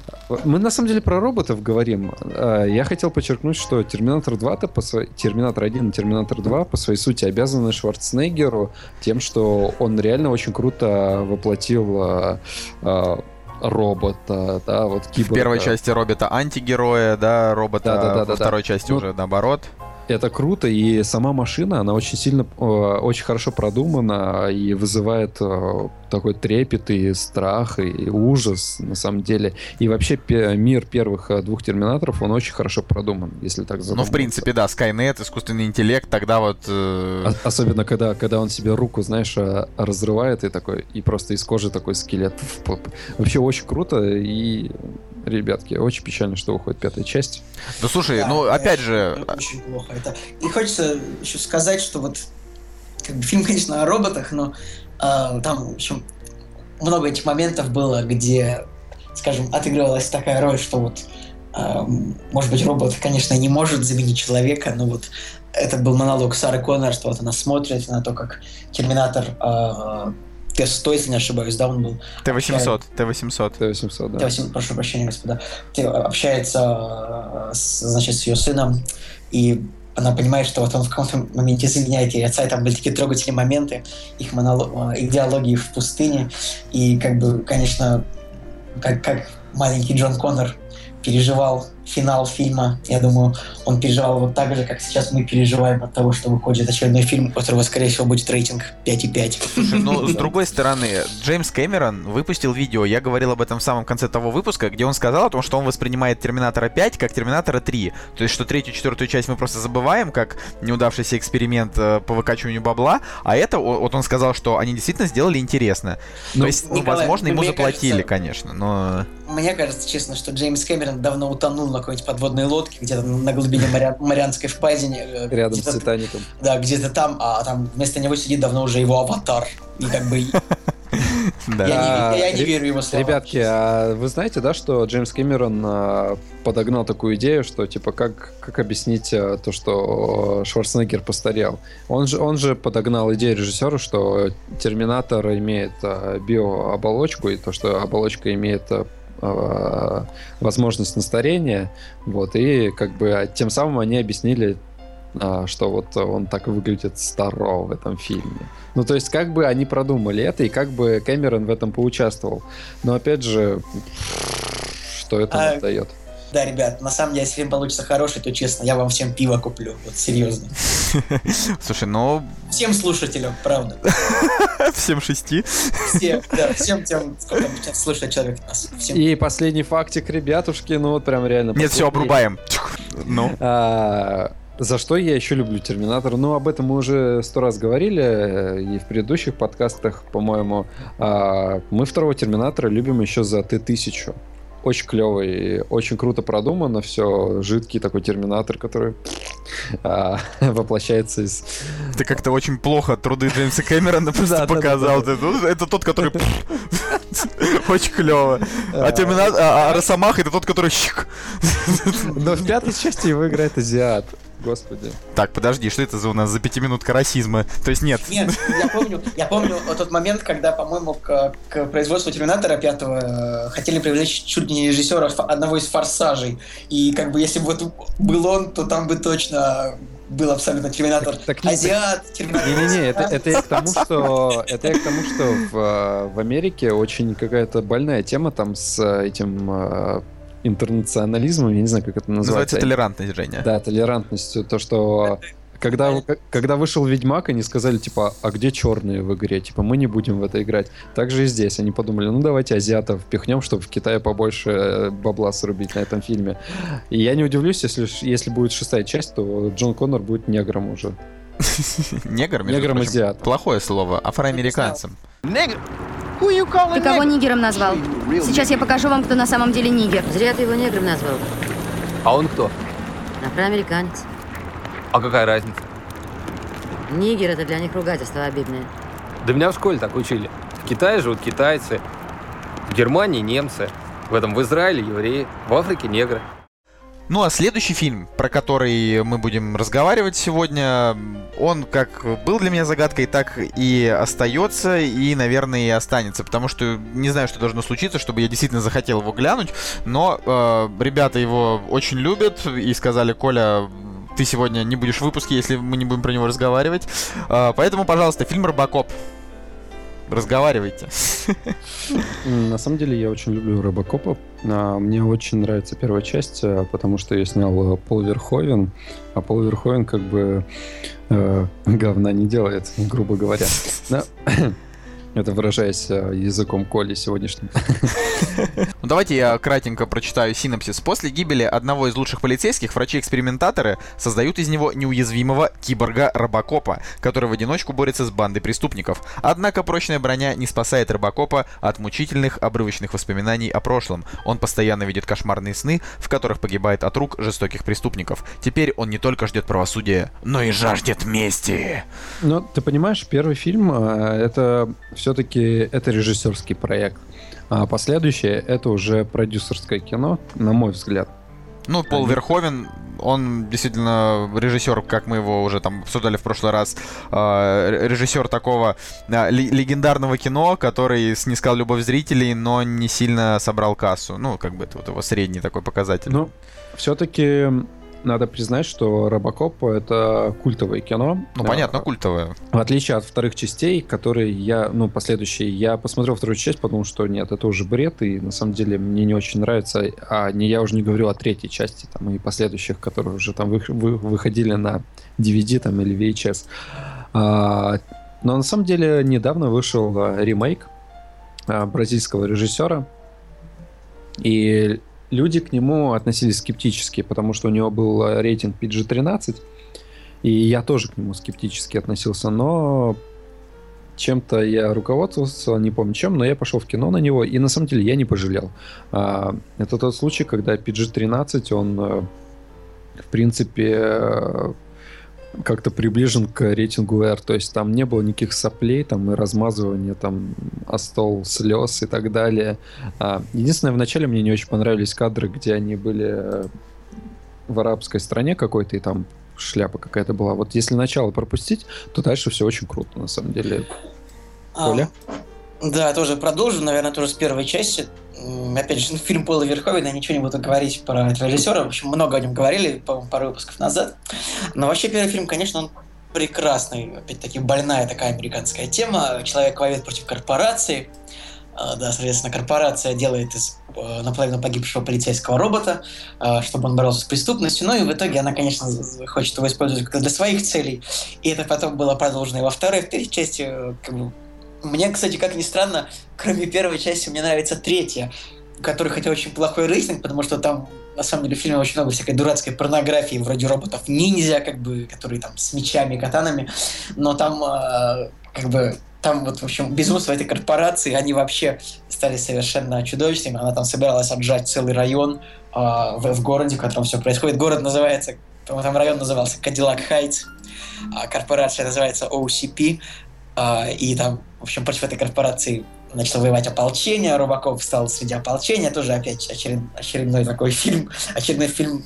Мы на самом деле про роботов говорим. Э, Я хотел подчеркнуть, что Терминатор два-то по своей... Терминатор один и Терминатор два по своей сути обязаны Шварценеггеру тем, что он реально очень круто воплотил э, э, робота, да, вот в киборга. первой части робота антигероя, да, робота, Да-да-да-да-да. во второй части Ну, уже наоборот. Это круто, и сама машина, она очень сильно, э, очень хорошо продумана и вызывает э, такой трепет и страх, и ужас, на самом деле. И вообще пе- мир первых э, двух Терминаторов, он очень хорошо продуман, если так Ну, задуматься. в принципе, да, Skynet, искусственный интеллект, тогда вот... э, О- Особенно, когда, когда он себе руку, знаешь, э, разрывает и такой, и просто из кожи такой скелет. в поп. Вообще очень круто, и, ребятки, очень печально, что уходит пятая часть. Да слушай, Да, ну, это опять очень- же... это очень плохо. Это... И хочется еще сказать, что вот как бы фильм, конечно, о роботах, но а, там, в общем, много этих моментов было, где, скажем, отыгрывалась такая роль, что вот, а, может быть, робот, конечно, не может заменить человека, но вот это был монолог Сары Коннор, что вот она смотрит на то, как Терминатор а, Т сто, если не ошибаюсь, да, он был, Т восемьсот, Т восемьсот. Т восемьсот, да. Т восемь, прошу прощения, господа, Ты общается, с, значит, с ее сыном, и она понимает, что вот он в каком-то моменте заменяет ей отца, и там были такие трогательные моменты, их, монолог, их диалоги в пустыне, и как бы, конечно, как, как маленький Джон Коннор переживал финал фильма, я думаю, он переживал вот так же, как сейчас мы переживаем от того, что выходит очередной фильм, у которого, скорее всего, будет рейтинг пять и пять. Слушай, ну, с другой стороны, Джеймс Кэмерон выпустил видео, я говорил об этом в самом конце того выпуска, где он сказал о том, что он воспринимает Терминатора пять как Терминатора три. То есть, что третью, четвертую часть мы просто забываем, как неудавшийся эксперимент э, по выкачиванию бабла, а это, о- вот он сказал, что они действительно сделали интересно. Ну, То есть, ну, Николай, возможно, ему мне заплатили, кажется- конечно, но... Мне кажется, честно, что Джеймс Кэмерон давно утонул на какой-нибудь подводной лодке, где-то на глубине Мариан- Марианской впадине. э, Рядом с где-то- Титаником. Да, где-то там, а там вместо него сидит давно уже его аватар. И как бы Да. я, не, я не Реб- верю его словам. Ребятки, а вы знаете, да, что Джеймс Кэмерон а, подогнал такую идею, что типа как, как объяснить а, то, что Шварценеггер постарел? Он же, он же подогнал идею режиссера, что Терминатор имеет а, биооболочку, и то, что оболочка имеет а, а, возможность на старение, вот, и как бы а, тем самым они объяснили а, что вот он так выглядит старо в этом фильме. Ну, то есть, как бы они продумали это, и как бы Кэмерон в этом поучаствовал. Но, опять же, что это А, дает? Да, ребят, на самом деле, если фильм получится хороший, то, честно, я вам всем пиво куплю. Вот серьезно. Слушай, ну... Всем слушателям, правда. Всем шести. Всем, да, всем тем, сколько там сейчас слушает человек нас. Всем. И последний фактик, ребятушки, ну вот прям реально... Нет, все, последний. обрубаем. Ну. А, за что я еще люблю Терминатор? Ну, об этом мы уже сто раз говорили, и в предыдущих подкастах, по-моему. А, мы второго Терминатора любим еще за Т тысячу. Очень клевый, очень круто продумано все. Жидкий такой Терминатор, который а, воплощается из... Ты как-то очень плохо труды Джеймса Кэмерона просто показал. Это тот, который... Очень клево. А Терминатор... А Росомаха — это тот, который... Но в пятой части его играет азиат. Господи. Так, подожди, что это за у нас за пятиминутка расизма? То есть нет. Нет, я помню, я помню вот тот момент, когда, по-моему, к, к производству Терминатора пятого э, хотели привлечь чуть ли не режиссера ф- одного из Форсажей. И как бы если бы вот был он, то там бы точно был абсолютно Терминатор. Так, так, Азиат, Терминатор. Не-не-не, это, это я к тому, что это я к тому, что в, в Америке очень какая-то больная тема там с этим э, интернационализмом, я не знаю, как это называется. Называется толерантность, Женя. Да, толерантностью. То, что когда, когда вышел Ведьмак, они сказали, типа, а где черные в игре? Типа, мы не будем в это играть. Так же и здесь. Они подумали, ну давайте азиатов впихнем, чтобы в Китае побольше бабла срубить на этом фильме. И я не удивлюсь, если, если будет шестая часть, то Джон Коннор будет негром уже. Негр, между Негром прочим, азиат. плохое слово, афроамериканцем. Ты кого нигером назвал? Сейчас я покажу вам, кто на самом деле нигер. Зря ты его негром назвал. А он кто? Афроамериканец. А какая разница? Нигер — это для них ругательство обидное. Да меня в школе так учили. В Китае живут китайцы, в Германии немцы, в этом в Израиле евреи, в Африке негры. Ну а следующий фильм, про который мы будем разговаривать сегодня, он как был для меня загадкой, так и остается, и, наверное, и останется, потому что не знаю, что должно случиться, чтобы я действительно захотел его глянуть, но э, ребята его очень любят и сказали: Коля, ты сегодня не будешь в выпуске, если мы не будем про него разговаривать, э, поэтому, пожалуйста, фильм «Робокоп». Разговаривайте. На самом деле я очень люблю Робокопа. Мне очень нравится первая часть, потому что ее снял Пол Верховен. А Пол Верховен как бы э, говна не делает, грубо говоря. Но, это выражаясь языком Коли сегодняшним. Ну, давайте я кратенько прочитаю синопсис. После гибели одного из лучших полицейских, врачи-экспериментаторы создают из него неуязвимого киборга Робокопа, который в одиночку борется с бандой преступников. Однако прочная броня не спасает Робокопа от мучительных, обрывочных воспоминаний о прошлом. Он постоянно видит кошмарные сны, в которых погибает от рук жестоких преступников. Теперь он не только ждет правосудия, но и жаждет мести. Ну, ты понимаешь, первый фильм — это все-таки это режиссерский проект. А последующее — это уже продюсерское кино, на мой взгляд. Ну, Пол Они... Верховен, он действительно режиссер, как мы его уже там обсуждали в прошлый раз, э, режиссер такого э, легендарного кино, который снискал любовь зрителей, но не сильно собрал кассу. Ну, как бы это вот его средний такой показатель. Ну, все-таки надо признать, что Робокоп — это культовое кино. Ну, понятно, культовое. В отличие от вторых частей, которые я, ну, последующие, я посмотрел вторую часть, подумал, что нет, это уже бред, и на самом деле мне не очень нравится. А не, я уже не говорю о третьей части, там, и последующих, которые уже там вы, вы, выходили на ди ви ди там, или ви эйч эс. А, но на самом деле недавно вышел ремейк а, бразильского режиссера, и люди к нему относились скептически, потому что у него был рейтинг пи джи тринадцать, и я тоже к нему скептически относился, но чем-то я руководствовался, не помню чем, но я пошел в кино на него, и на самом деле я не пожалел. Это тот случай, когда пи джи тринадцать, он, в принципе, как-то приближен к рейтингу R, то есть там не было никаких соплей, там и размазывания, там о стол слез и так далее. Единственное, вначале мне не очень понравились кадры, где они были в арабской стране какой-то, и там шляпа какая-то была. Вот если начало пропустить, то дальше все очень круто, на самом деле. Коля? Да, тоже продолжу, наверное, тоже с первой части. М, Опять же, ну, фильм Пола Верховена, ничего не буду говорить про этого режиссера. В общем, много о нем говорили, по-моему, пару выпусков назад. Но вообще первый фильм, конечно, он прекрасный. Опять-таки, больная такая американская тема. Человек воюет против корпорации. А, Да, соответственно, корпорация делает из э, наполовину погибшего полицейского робота, э, чтобы он боролся с преступностью. Ну и в итоге она, конечно, з- хочет его использовать как-то для своих целей. И это потом было продолжено и во второй, и в третьей части. э, Как бы. Мне, кстати, как ни странно, кроме первой части, мне нравится третья, у которой хотя очень плохой рейтинг, потому что там, на самом деле, в фильме очень много всякой дурацкой порнографии, вроде роботов-ниндзя, как бы, которые там с мечами и катанами, но там, э, как бы, там вот, в общем, безумство этой корпорации, они вообще стали совершенно чудовищными. Она там собиралась отжать целый район э, в, в городе, в котором все происходит. Город называется, по-моему, там район назывался Кадиллак Хайтс, а корпорация называется о си пи, а, и там, в общем, против этой корпорации начало воевать ополчение, Робокоп встал среди ополчения, тоже опять очеред... очередной такой фильм, очередной фильм.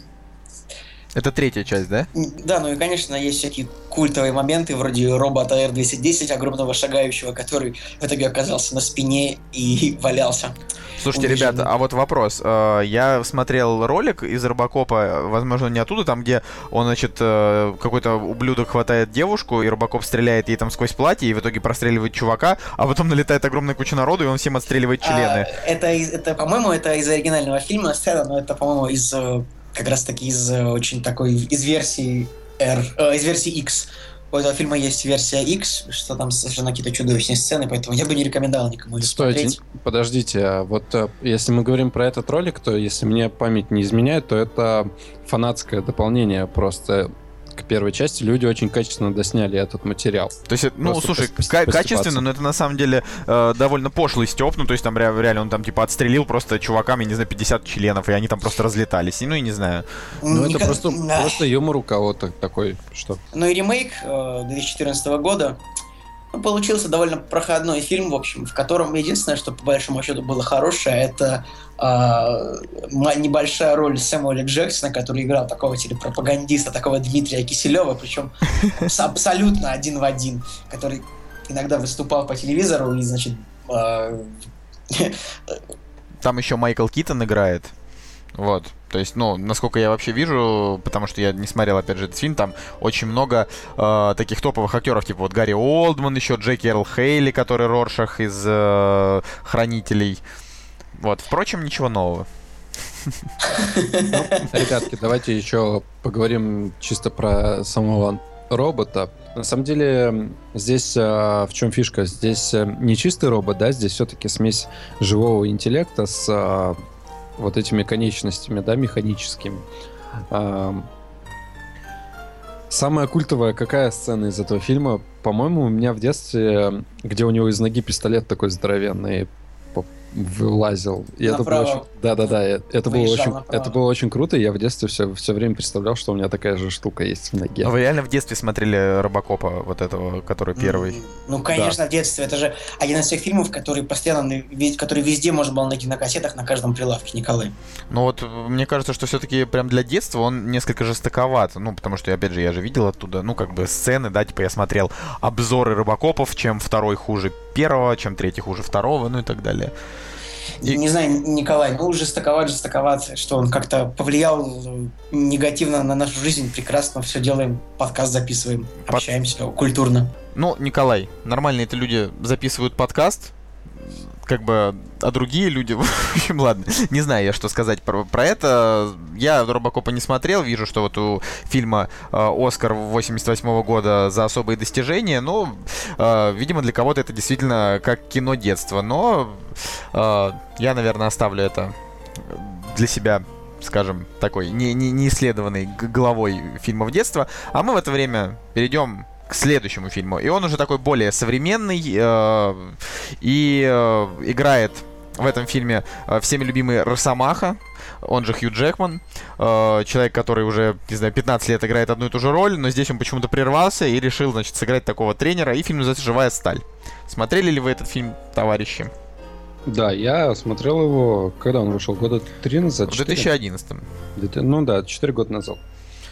Это третья часть, да? Да, ну и, конечно, есть всякие культовые моменты, вроде робота эр двести десять, огромного шагающего, который в итоге оказался на спине и валялся. Слушайте, Униженный. ребята, а вот вопрос. Э, Я смотрел ролик из Робокопа, возможно, не оттуда, там, где он, значит, э, какой-то ублюдок хватает девушку, и Робокоп стреляет ей там сквозь платье, и в итоге простреливает чувака, а потом налетает огромная куча народу, и он всем отстреливает члены. А, это, из- это, по-моему, это из оригинального фильма сцена, но это, по-моему, из э, как раз-таки из э, очень такой, из версии R, э, из версии X. У этого фильма есть версия X, что там совершенно какие-то чудовищные сцены, поэтому я бы не рекомендовал никому ее Стойте, смотреть. подождите, а вот э, если мы говорим про этот ролик, то если мне память не изменяет, то это фанатское дополнение просто к первой части. Люди очень качественно досняли этот материал. То есть, это, ну, Просто слушай, пос- ка- постепаться. качественно, но это на самом деле э, довольно пошлый стёб, ну, то есть там ре- реально он там типа отстрелил просто чувакам, я не знаю, пятьдесят членов, и они там просто разлетались, и, ну, и не знаю. Ну, это Никак- просто, да. просто юмор у кого-то такой, что... Ну и ремейк э, две тысячи четырнадцатого года, ну, получился довольно проходной фильм, в общем, в котором единственное, что по большому счету было хорошее, это э, ма- небольшая роль Сэмюэля Джексона, который играл такого телепропагандиста, такого Дмитрия Киселева, причем с- абсолютно один в один, который иногда выступал по телевизору и, значит, э, Там еще Майкл Китон играет. Вот. То есть, ну, насколько я вообще вижу, потому что я не смотрел, опять же, этот фильм, там очень много э, таких топовых актеров, типа вот Гарри Олдман, еще Джеки Эрл Хейли, который Роршах из э, «Хранителей». Вот. Впрочем, ничего нового. Ну, ребятки, давайте еще поговорим чисто про самого робота. На самом деле, здесь а, в чем фишка? Здесь а, не чистый робот, да, здесь все-таки смесь живого интеллекта с а, вот этими конечностями, да, механическими. А, самая культовая какая сцена из этого фильма? По-моему, у меня в детстве, где у него из ноги пистолет такой здоровенный по- вылазил. И это было Направо. очень... Да-да-да, э- это было, Выезжал очень... направо. это было очень круто, и я в детстве все, все время представлял, что у меня такая же штука есть в ноге. А вы реально в детстве смотрели Робокопа, вот этого, который первый? М, Ну, конечно, в детстве. Это же один из тех фильмов, который постоянно, вез- который везде можно было найти на кассетах, на каждом прилавке, Николай. Ну вот, э, мне кажется, что все-таки прям для детства он несколько жестоковат. Ну, потому что, опять же, я же видел оттуда, ну, как бы сцены, да, типа я смотрел обзоры Робокопов, чем второй хуже первого, чем третий хуже второго, ну и так далее. И- Не знаю, Николай, ну, жестоковат, жестоковат, что он как-то повлиял э, негативно на нашу жизнь. Прекрасно все делаем, подкаст записываем, Под- общаемся культурно. Ну, Николай, нормальные это люди записывают подкаст, как бы, а другие люди, в общем, ладно, не знаю я, что сказать про, про это. Я Робокопа не смотрел, вижу, что вот у фильма э, «Оскар» восемьдесят восьмого года за особые достижения, ну, э, видимо, для кого-то это действительно как кино детства, но э, я, наверное, оставлю это для себя, скажем, такой не, не, не исследованной г- головой фильмов детства, а мы в это время перейдем к следующему фильму. И он уже такой более современный э, и э, играет в этом фильме э, всеми любимый Росомаха, он же Хью Джекман, э, человек, который уже, не знаю, пятнадцать лет играет одну и ту же роль, но здесь он почему-то прервался и решил, значит, сыграть такого тренера, и фильм называется «Живая сталь». Смотрели ли вы этот фильм, товарищи? Да, я смотрел его, когда он вышел, года три назад? В четыре? две тысячи одиннадцатом. Где-то- Ну да, четыре года назад.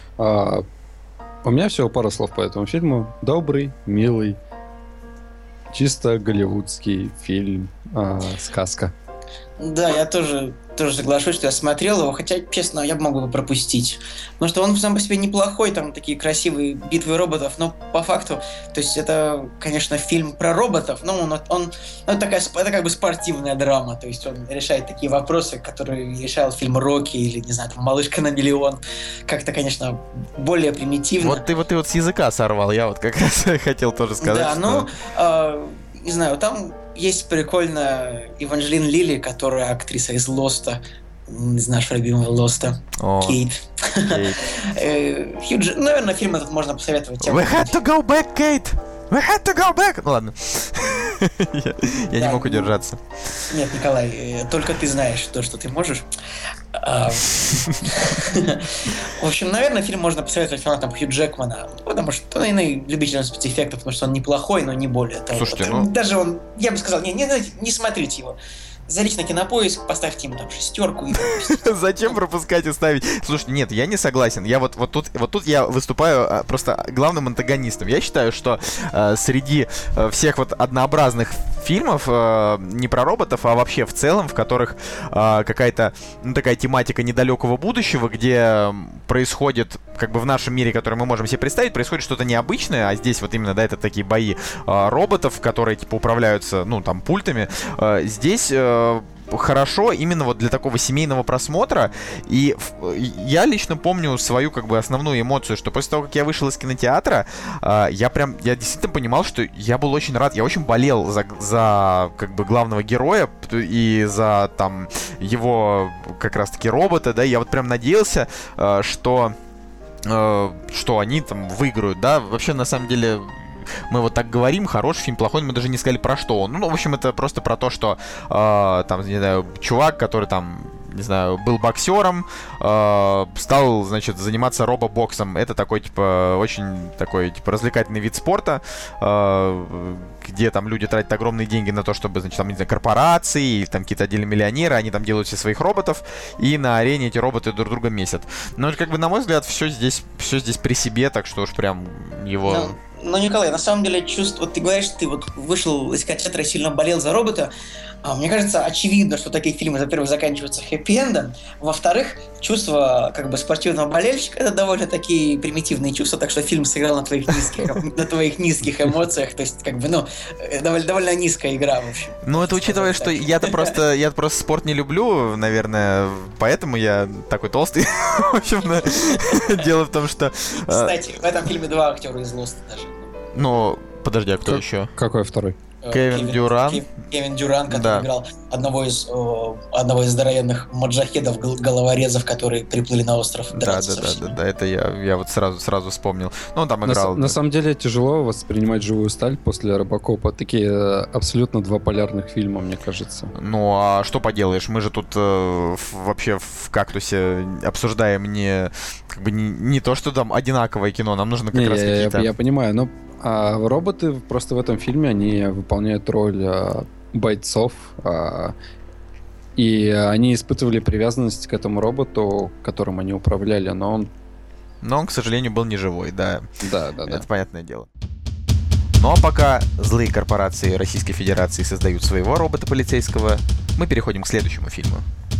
А, у меня всего пара слов по этому фильму. Добрый, милый, чисто голливудский фильм, а, сказка. Да, я тоже, тоже соглашусь, что я смотрел его, хотя, честно, я бы мог его пропустить. Потому что он сам по себе неплохой, там такие красивые битвы роботов, но по факту, то есть это, конечно, фильм про роботов, но он, он ну, такая, это как бы спортивная драма, то есть он решает такие вопросы, которые решал фильм «Рокки» или, не знаю, там «Малышка на миллион», как-то, конечно, более примитивно. Вот ты вот, ты вот с языка сорвал, я вот как раз хотел тоже сказать. Да, что... ну, э, не знаю, там есть прикольная Эванжелина Лилли, которая актриса из «Лоста», из нашего любимого «Лоста», Кейт. Хью Джекман, наверное, фильм этот можно посоветовать. We had to go back, Kate! We had to go back! Ну ладно. Я, я да, не мог удержаться. Нет, Николай, только ты знаешь то, что ты можешь. В общем, наверное, фильм можно посоветовать фанатам Хью Джекмана, потому что он и любителям спецэффектов, потому что он неплохой, но не более того. Слушайте, ну... Даже он, я бы сказал, не, не, не смотрите его. Залезьте на Кинопоиск, поставьте ему там шестерку и пропустите. Зачем пропускать и ставить? Слушайте, нет, я не согласен. Я вот, вот, тут, вот тут я выступаю а, просто главным антагонистом. Я считаю, что а, среди а, всех вот однообразных фильмов, а, не про роботов, а вообще в целом, в которых а, какая-то, ну, такая тематика недалекого будущего, где происходит, как бы в нашем мире, который мы можем себе представить, происходит что-то необычное, а здесь вот именно, да, это такие бои а, роботов, которые, типа, управляются, ну, там, пультами. А, здесь... А, хорошо именно вот для такого семейного просмотра. И я лично помню свою как бы основную эмоцию, что после того, как я вышел из кинотеатра, я прям, я действительно понимал, что я был очень рад, я очень болел за, за как бы главного героя и за там его как раз-таки робота, да, я вот прям надеялся, что что они там выиграют, да, вообще на самом деле... Мы вот так говорим, хороший фильм, плохой, мы даже не сказали про что он. Ну, в общем, это просто про то, что э, там, не знаю, чувак, который там, не знаю, был боксером, э, стал, значит, заниматься робобоксом. Это такой, типа, очень такой, типа, развлекательный вид спорта, э, где там люди тратят огромные деньги на то, чтобы, значит, там, не знаю, корпорации или там какие-то отдельные миллионеры, они там делают все своих роботов, и на арене эти роботы друг друга месят. Но, как бы, на мой взгляд, все здесь, все здесь при себе, так что уж прям его... No. Ну, Николай, на самом деле, чувство, вот ты говоришь, ты вот вышел из кинотеатра и сильно болел за робота. А, мне кажется, очевидно, что такие фильмы, во-первых, заканчиваются хэппи-эндом. Во-вторых, чувство как бы спортивного болельщика — это довольно такие примитивные чувства, так что фильм сыграл на твоих низких, на твоих низких эмоциях. То есть, как бы, ну, довольно, довольно низкая игра, в общем. Ну, это учитывая, что я-то просто, я просто спорт не люблю, наверное, поэтому я такой толстый. В общем, дело в том, что... Кстати, в этом фильме два актера из «Лоста» даже. Ну, подожди, а кто как, еще? Какой второй? Кевин, Кевин Дюран. Кевин, Кевин Дюран, который да. играл одного из, о, одного из здоровенных маджахедов, головорезов, которые приплыли на остров. Да, да, да, да, да, это я, я вот сразу, сразу вспомнил. Ну, он там играл. На, на самом деле тяжело воспринимать «Живую сталь» после «Робокопа». Такие абсолютно два полярных фильма, мне кажется. Ну, а что поделаешь? Мы же тут э, вообще в «Кактусе» обсуждаем не, как бы не, не то, что там одинаковое кино, нам нужно как не, раз я, какие-то... Я, я понимаю, но а роботы просто в этом фильме, они выполняют роль а, бойцов, а, и они испытывали привязанность к этому роботу, которым они управляли, но он... Но он, к сожалению, был не живой, да. Да, да, да. Это понятное дело. Ну а пока злые корпорации Российской Федерации создают своего робота полицейского, мы переходим к следующему фильму.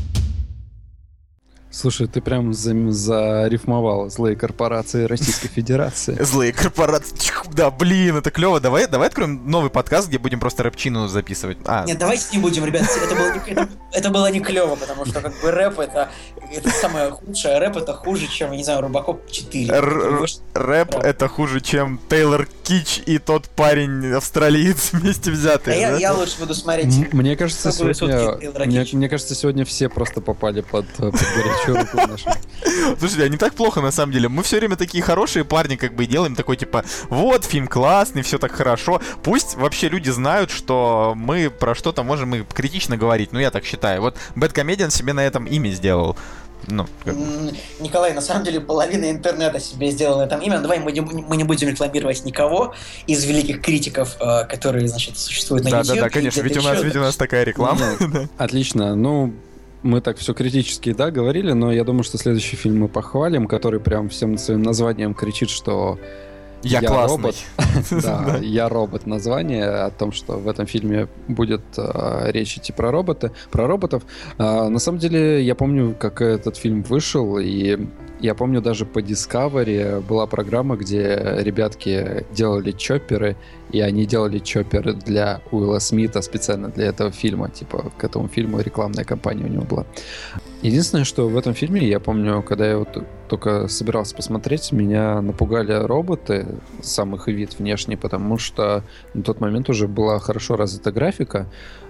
Слушай, ты прям за- зарифмовал «Злые корпорации Российской Федерации». Злые корпорации. Да, блин, это клево. Давай, давай откроем новый подкаст, где будем просто рэпчину записывать. А. Нет, давайте не будем, ребят. Это было не, это, это было не клево, потому что как бы рэп это, это самое худшее. Рэп это хуже, чем, я не знаю, Робокоп четыре. Р- рэп это хуже, чем Тейлор Кич и тот парень австралиец вместе взятые. А да? я, я лучше буду смотреть. М- мне кажется, сегодня, мне, мне кажется, сегодня все просто попали под, под горячую руку нашу. Слушайте, а не так плохо на самом деле. Мы все время такие хорошие парни, как бы, и делаем такой, типа, вот, фильм классный, все так хорошо. Пусть вообще люди знают, что мы про что-то можем и критично говорить. Ну, я так считаю. Вот Бэдкомедиан себе на этом имя сделал. Ну, как... Николай, на самом деле половина интернета себе сделала на этом имя. Давай мы не, мы не будем рекламировать никого из великих критиков, которые, значит, существуют на да, YouTube. Да, да, да, конечно, ведь у, нас, ведь у нас такая реклама. Отлично, ну... Мы так все критически, да, говорили, но я думаю, что следующий фильм мы похвалим, который прям всем своим названием кричит, что Я, я классный. Робот. Да, «Я робот» название, о том, что в этом фильме будет э, речь идти про роботы, про роботов. Э, на самом деле, я помню, как этот фильм вышел, и я помню, даже по Discovery была программа, где ребятки делали чопперы, и они делали чопперы для Уилла Смита специально для этого фильма. Типа, к этому фильму рекламная кампания у него была. Единственное, что в этом фильме, я помню, когда я вот только собирался посмотреть, меня напугали роботы, сам их вид внешний, потому что на тот момент уже была хорошо развита графика,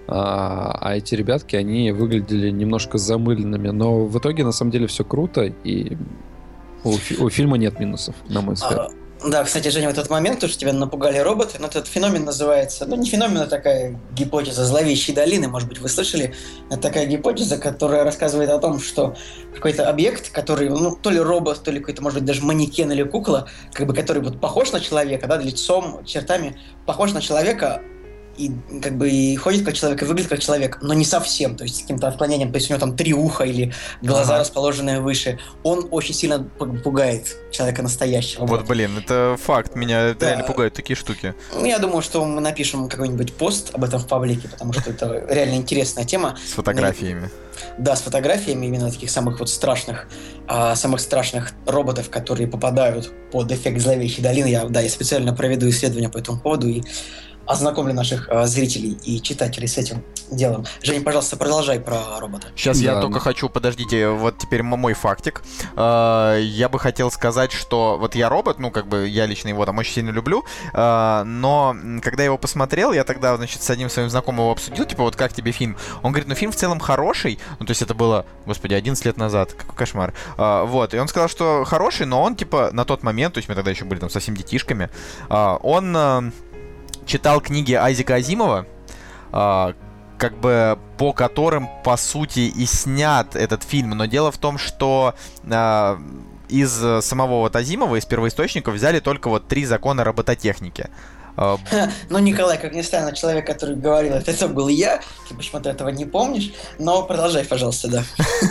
а, а эти ребятки, они выглядели немножко замыленными, но в итоге, на самом деле, все круто, и у, фи- у фильма нет минусов, на мой взгляд. Да, кстати, Женя, в этот момент, то, что тебя напугали роботы, но этот феномен называется, ну, не феномен, а такая гипотеза зловещей долины, может быть, вы слышали? Это такая гипотеза, которая рассказывает о том, что какой-то объект, который, ну, то ли робот, то ли какой-то, может быть, даже манекен или кукла, как бы, который вот похож на человека, да, лицом, чертами, похож на человека, и как бы и ходит как человек, и выглядит как человек, но не совсем, то есть с каким-то отклонением, то есть у него там три уха или глаза ага. расположенные выше, он очень сильно пугает человека настоящего. Вот, вот. Блин, это факт, меня да. реально пугают такие штуки. Ну, я думаю, что мы напишем какой-нибудь пост об этом в паблике, потому что это реально интересная тема. С фотографиями. Да, с фотографиями именно таких самых вот страшных, а, самых страшных роботов, которые попадают под эффект зловещей долины. Я, да, я специально проведу исследования по этому поводу и ознакомлю наших э, зрителей и читателей с этим делом. Женя, пожалуйста, продолжай про робота. Сейчас да. я только ну. хочу, подождите, вот теперь мой фактик. Э, я бы хотел сказать, что вот «Я робот», ну, как бы я лично его там очень сильно люблю, э, но когда я его посмотрел, я тогда, значит, с одним своим знакомым его обсудил, типа, вот как тебе фильм? Он говорит, ну, фильм в целом хороший, ну, то есть это было, господи, одиннадцать лет назад, какой кошмар. Э, вот, и он сказал, что хороший, но он, типа, на тот момент, то есть мы тогда еще были там совсем детишками, э, он... Э, читал книги Айзека Азимова, э, как бы по которым, по сути, и снят этот фильм. Но дело в том, что э, из самого вот Азимова, из первоисточников взяли только вот три закона робототехники. Uh, ну, Николай, как ни странно, человек, который говорил, это был я, ты почему-то этого не помнишь, но продолжай, пожалуйста, да.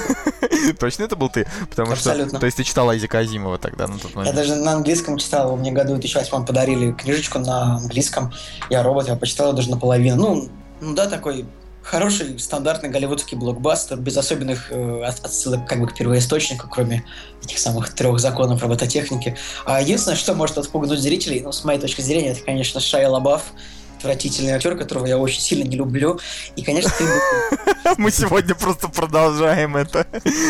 Точно это был ты? Потому Абсолютно. Что, то есть ты читал Айзека Азимова тогда на тот момент? Я даже на английском читал, мне году в две тысячи восьмом подарили книжечку на английском, я робот, я почитал даже наполовину. Ну, ну да, такой хороший, стандартный голливудский блокбастер, без особенных э, отсылок как бы к первоисточнику, кроме этих самых трех законов робототехники. А единственное, что может отпугнуть зрителей, ну, с моей точки зрения, это, конечно, Шайя Лабаф, отвратительный актер, которого я очень сильно не люблю. И, конечно, фильм... Мы сегодня просто продолжаем это.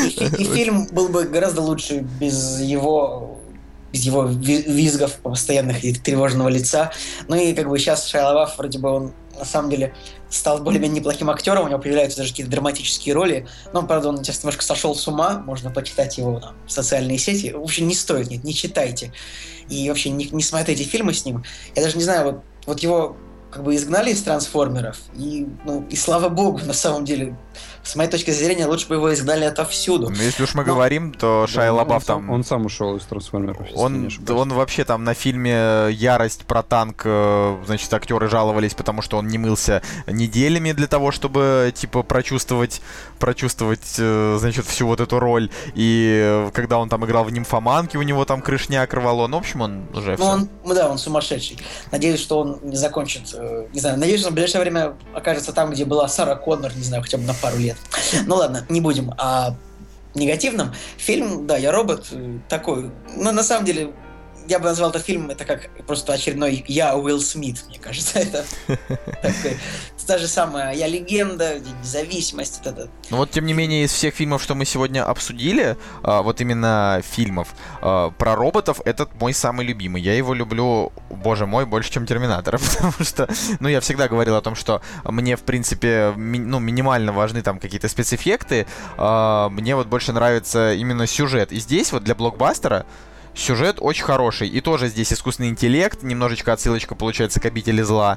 И фильм был бы гораздо лучше без его... без его визгов постоянных и тревожного лица. Ну и как бы сейчас Шайя Лабаф, вроде бы он на самом деле стал более-менее неплохим актером, у него появляются даже какие-то драматические роли. Но, правда, он сейчас немножко сошел с ума, можно почитать его там, в социальные сети. В общем, не стоит, нет, не читайте. И вообще не, не смотрите фильмы с ним. Я даже не знаю, вот, вот его как бы изгнали из «Трансформеров», и, ну, и слава богу, на самом деле, с моей точки зрения, лучше бы его изгнали отовсюду. Ну, если уж мы Но... говорим, то да, Шайя Лабаф там... Он сам ушел из «Трансформеров». Он, он вообще там на фильме «Ярость» про танк, значит, актеры жаловались, потому что он не мылся неделями для того, чтобы, типа, прочувствовать, прочувствовать, значит, всю вот эту роль. И когда он там играл в «Нимфоманке», у него там крышняк рвало. Ну, в общем, он уже ну, он, да, он сумасшедший. Надеюсь, что он не закончит... Не знаю, надеюсь, что в ближайшее время окажется там, где была Сара Коннор, не знаю, хотя бы на пару лет. Ну ладно, не будем о негативном. Фильм, да, «Я робот» такой, но на самом деле я бы назвал этот фильм, это как просто очередной «Я Уилл Смит», мне кажется, это такой, та же самая «Я легенда», «Независимость». Это. Ну вот, тем не менее, из всех фильмов, что мы сегодня обсудили, вот именно фильмов про роботов, этот мой самый любимый. Я его люблю, боже мой, больше, чем «Терминатора», потому что, ну, я всегда говорил о том, что мне, в принципе, ми- ну, минимально важны там какие-то спецэффекты, мне вот больше нравится именно сюжет. И здесь вот для блокбастера сюжет очень хороший. И тоже здесь искусственный интеллект, немножечко отсылочка получается к «Обители зла».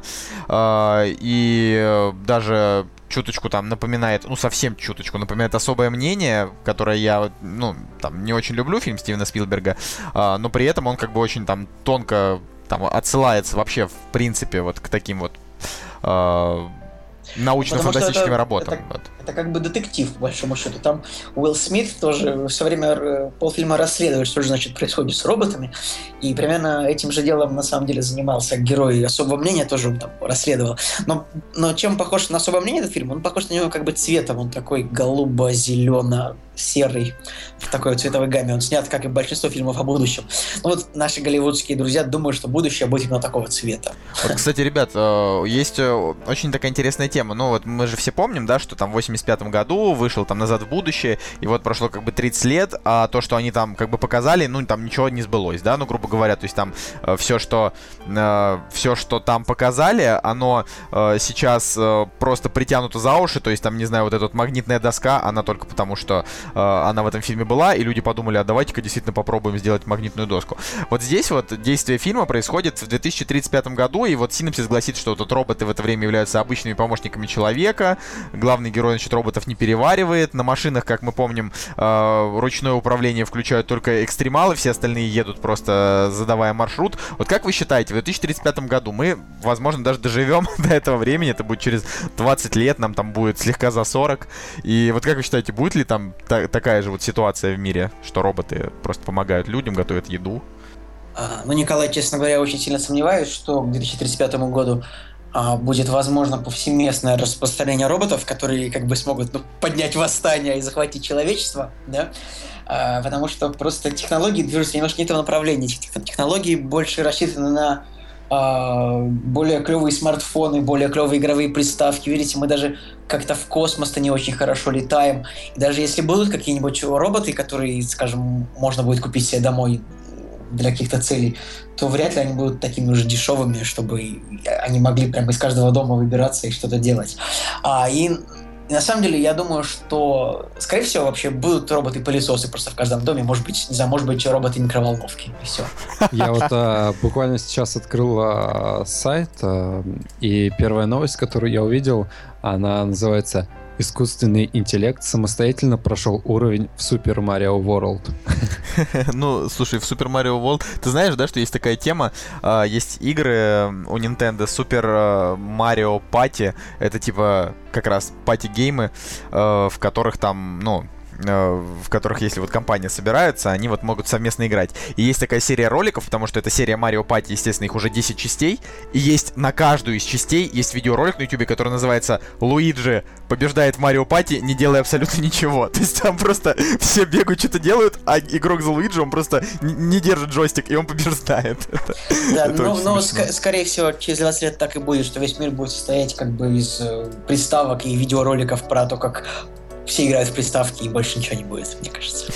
И даже чуточку там напоминает, ну совсем чуточку напоминает «Особое мнение», которое я, ну, там не очень люблю, фильм Стивена Спилберга, но при этом он как бы очень там тонко там отсылается вообще в принципе вот к таким вот Научно-фантастическими работами. Это, вот. это как бы детектив, по большому счету. Там Уилл Смит тоже все время полфильма расследует, что же, значит, происходит с роботами. И примерно этим же делом на самом деле занимался герой «Особого мнения», тоже он там расследовал. Но, но чем похож на «Особое мнение» этот фильм? Он похож на него как бы цветом. Он такой голубо-зелено-серый, в такой цветовой гамме. Он снят, как и большинство фильмов о будущем. Ну вот наши голливудские друзья думают, что будущее будет именно такого цвета. Вот, кстати, ребят, есть очень такая интересная тема. Ну вот мы же все помним, да, что там в восемьдесят пятом году вышел там «Назад в будущее», и вот прошло как бы тридцать лет, а то, что они там как бы показали, ну там ничего не сбылось, да, ну грубо говоря, то есть там э, все, что э, все, что там показали, оно э, сейчас э, просто притянуто за уши, то есть там, не знаю, вот эта вот магнитная доска, она только потому, что э, она в этом фильме была, и люди подумали, а давайте-ка действительно попробуем сделать магнитную доску. Вот здесь вот действие фильма происходит в две тысячи тридцать пятом году, и вот синопсис гласит, что вот роботы в это время являются обычными помощниками человека, главный герой, значит, роботов не переваривает, на машинах, как мы помним, э, ручное управление включают только экстремалы, все остальные едут просто задавая маршрут. Вот как вы считаете, в две тысячи тридцать пятом году мы, возможно, даже доживем до этого времени, это будет через двадцать лет, нам там будет слегка за сорок, и вот как вы считаете, будет ли там та- такая же вот ситуация в мире, что роботы просто помогают людям, готовят еду? А, ну, Николай, честно говоря, очень сильно сомневаюсь, что к две тысячи тридцать пятому году а, будет возможно повсеместное распространение роботов, которые как бы смогут ну, поднять восстание и захватить человечество, да? А, потому что просто технологии движутся немножко не в том направлении. Технологии больше рассчитаны на а, более клевые смартфоны, более клевые игровые приставки. Видите, мы даже как-то в космос-то не очень хорошо летаем. И даже если будут какие-нибудь роботы, которые, скажем, можно будет купить себе домой для каких-то целей, то вряд ли они будут такими уже дешевыми, чтобы они могли прямо из каждого дома выбираться и что-то делать. А, и, и на самом деле я думаю, что, скорее всего, вообще будут роботы-пылесосы просто в каждом доме. Может быть, не знаю, может быть, роботы-микроволновки. И все. Я вот а, буквально сейчас открыл а, сайт, а, и первая новость, которую я увидел, она называется «Искусственный интеллект самостоятельно прошел уровень в Super Mario World». Ну, слушай, в Super Mario World... Ты знаешь, да, что есть такая тема? Uh, есть игры у Nintendo Super Mario Party. Это типа как раз пати-геймы, uh, в которых там, ну... в которых, если вот компания собирается, они вот могут совместно играть. И есть такая серия роликов, потому что это серия Mario Party, естественно, их уже десять частей. И есть на каждую из частей есть видеоролик на YouTube, который называется «Луиджи побеждает в Mario Party, не делая абсолютно ничего». То есть там просто все бегают, что-то делают, а игрок за Луиджи, он просто не держит джойстик, и он побеждает. Да, но скорее всего через двадцать лет так и будет, что весь мир будет состоять как бы из приставок и видеороликов про то, как все играют в приставки, и больше ничего не будет, мне кажется.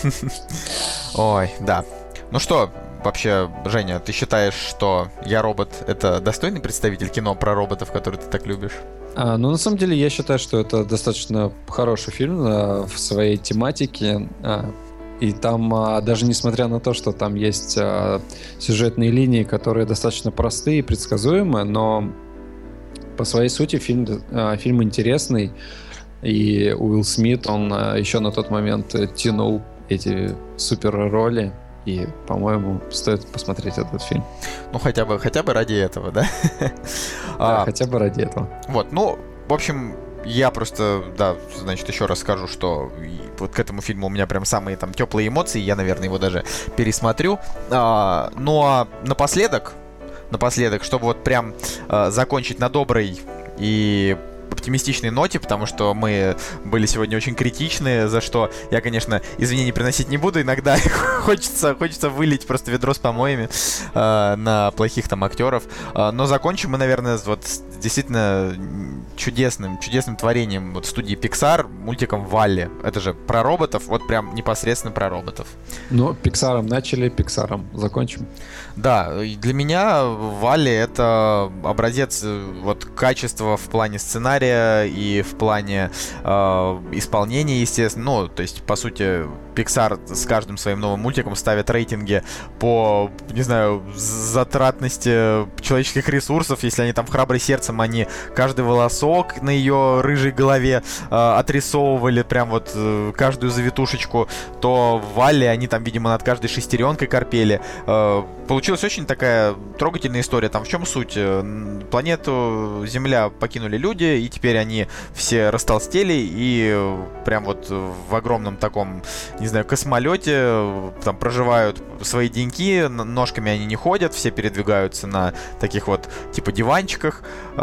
Ой, да. Ну что, вообще, Женя, ты считаешь, что «Я робот» — это достойный представитель кино про роботов, который ты так любишь? А, ну, на самом деле, я считаю, что это достаточно хороший фильм а, в своей тематике. А, и там, а, даже несмотря на то, что там есть а, сюжетные линии, которые достаточно простые и предсказуемые, но по своей сути фильм, а, фильм интересный. И Уилл Смит, он а, еще на тот момент тянул эти супер роли. И, по-моему, стоит посмотреть этот фильм. Ну, хотя бы, хотя бы ради этого, да? Да, а, хотя бы ради этого. Вот, ну, в общем, я просто, да, значит, еще раз скажу, что вот к этому фильму у меня прям самые там теплые эмоции. Я, наверное, его даже пересмотрю. А, ну, а напоследок, напоследок, чтобы вот прям а, закончить на доброй и оптимистичной ноте, потому что мы были сегодня очень критичны, за что я, конечно, извинений приносить не буду. Иногда хочется, хочется вылить просто ведро с помоями э, на плохих там актеров. Э, но закончим мы, наверное, вот действительно чудесным, чудесным творением вот студии Pixar, мультиком «Валли». Это же про роботов, вот прям непосредственно про роботов. Ну, Pixar'ом начали, Pixar'ом закончим. Да, и для меня «Валли» — это образец вот качества в плане сценария и в плане э, исполнения, естественно. Ну, то есть, по сути, Pixar с каждым своим новым мультиком ставит рейтинги по, не знаю, затратности человеческих ресурсов. Если они там в «Храброе сердцем», они каждый волосок на ее рыжей голове э, отрисовывали, прям вот э, каждую завитушечку, то в «Валли» они там, видимо, над каждой шестеренкой корпели. Э, получилась очень такая трогательная история. Там в чем суть? Планету Земля покинули люди, и теперь они все растолстели, и прям вот в огромном таком, не знаю, космолете там проживают свои деньки, ножками они не ходят, все передвигаются на таких вот типа диванчиках.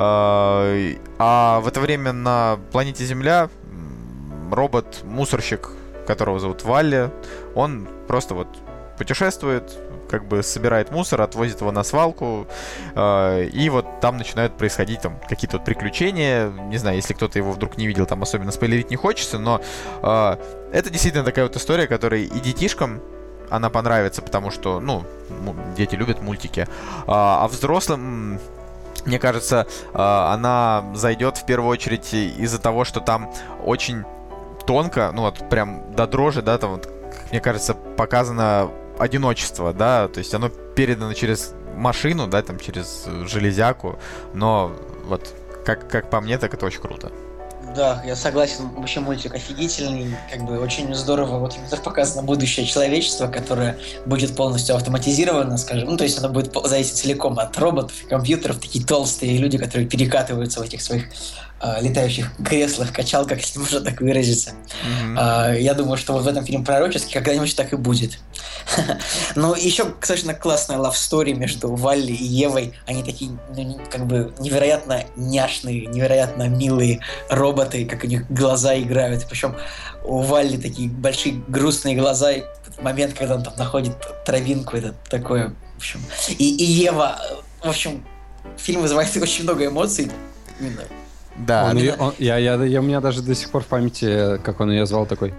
А в это время на планете Земля робот-мусорщик, которого зовут Валли, он просто вот путешествует, как бы собирает мусор, отвозит его на свалку, э, и вот там начинают происходить там какие-то вот приключения. Не знаю, если кто-то его вдруг не видел, там особенно спойлерить не хочется, но э, это действительно такая вот история, которая и детишкам она понравится, потому что, ну, дети любят мультики, а, а взрослым, мне кажется, э, она зайдет в первую очередь из-за того, что там очень тонко, ну вот прям до дрожи, да, там вот, мне кажется, показано одиночество, да, то есть оно передано через машину, да, там через железяку, но вот как, как по мне, так это очень круто. Да, я согласен, вообще мультик офигительный, как бы очень здорово, вот именно показано будущее человечества, которое будет полностью автоматизировано, скажем, ну, то есть оно будет зависеть целиком от роботов и компьютеров, такие толстые люди, которые перекатываются в этих своих э, летающих креслах, качалках, если можно так выразиться. Mm-hmm. Э, я думаю, что вот в этом фильме пророчески когда-нибудь так и будет. Но еще, кстати, классная лав-стори между Валли и Евой, они такие, ну, как бы невероятно няшные, невероятно милые роботы, как у них глаза играют. Причем у Валли такие большие грустные глаза. И момент, когда он там находит травинку, это такое, в общем. И, и Ева, в общем, фильм вызывает очень много эмоций. Именно. Да. Он, именно... он, я, я, я, у меня даже до сих пор в памяти, как он ее звал, такой.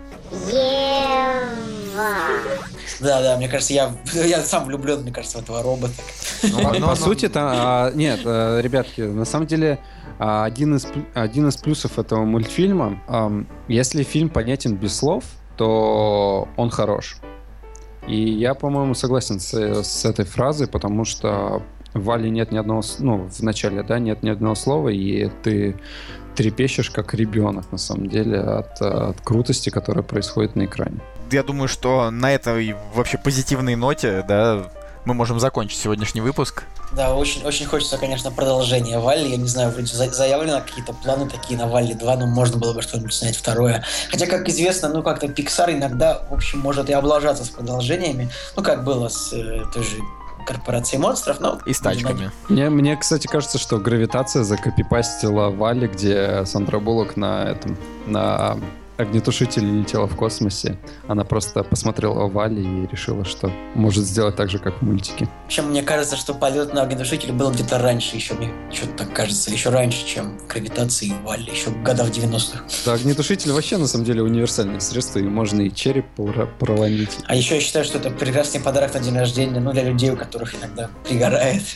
Ева. Да, да, мне кажется, я, я сам влюблен, мне кажется, в этого робота. Ну, по сути, там, нет, ребятки, на самом деле, один из, один из плюсов этого мультфильма, если фильм понятен без слов, то он хорош. И я, по-моему, согласен с, с этой фразой, потому что в Валли нет ни одного, ну, в начале, да, нет ни одного слова, и ты трепещешь как ребенок, на самом деле, от, от крутости, которая происходит на экране. Я думаю, что на этой вообще позитивной ноте, да, мы можем закончить сегодняшний выпуск. Да, очень, очень хочется, конечно, продолжения Валли. Я не знаю, вроде заявлено какие-то планы такие на Валли два, но можно было бы что-нибудь снять второе. Хотя, как известно, ну как-то Pixar иногда, в общем, может и облажаться с продолжениями. Ну, как было с э, той же корпорацией монстров, но... И с тачками. Мне, мне, кстати, кажется, что «Гравитация» закопипастила Валли, где Сандра Буллок на этом, на огнетушителе летела в космосе. Она просто посмотрела Валли и решила, что может сделать так же, как в мультике. Причем мне кажется, что полет на огнетушителе был где-то раньше еще, мне что-то так кажется, еще раньше, чем «Гравитация» и Валли, еще года в девяностых. Да, огнетушитель вообще, на самом деле, универсальное средство, и можно и череп проломить. А еще я считаю, что это прекрасный подарок на день рождения, ну, для людей, у которых иногда пригорает.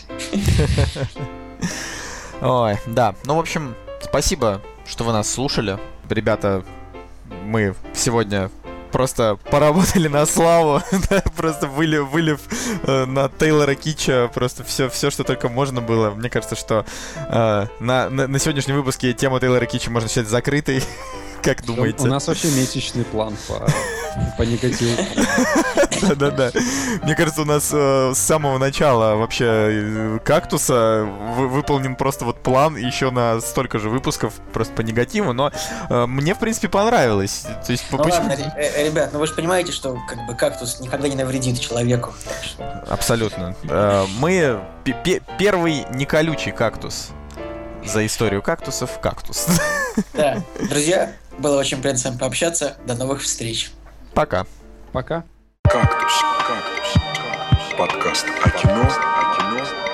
Ой, да. Ну, в общем, спасибо, что вы нас слушали. Ребята, мы сегодня просто поработали на славу, да, просто вылив, вылив э, на Тейлора Китча просто все, все, что только можно было. Мне кажется, что э, на, на, на сегодняшнем выпуске тему Тейлора Китча можно считать закрытой. Как думаете? У нас вообще месячный план по, по негативу. Да-да-да. Мне кажется, у нас э, с самого начала вообще э, «Кактуса» вы, выполнен просто вот план еще на столько же выпусков просто по негативу, но э, мне, в принципе, понравилось. То есть, ну почему... ладно, э, ребят, ну вы же понимаете, что как бы «Кактус» никогда не навредит человеку. Абсолютно. Э, мы п- п- первый неколючий кактус за историю кактусов. Кактус. Да, друзья, было очень приятно с вами пообщаться. До новых встреч. Пока. Пока. Кактус, кактус, кактус. Подкаст о кино, о кино.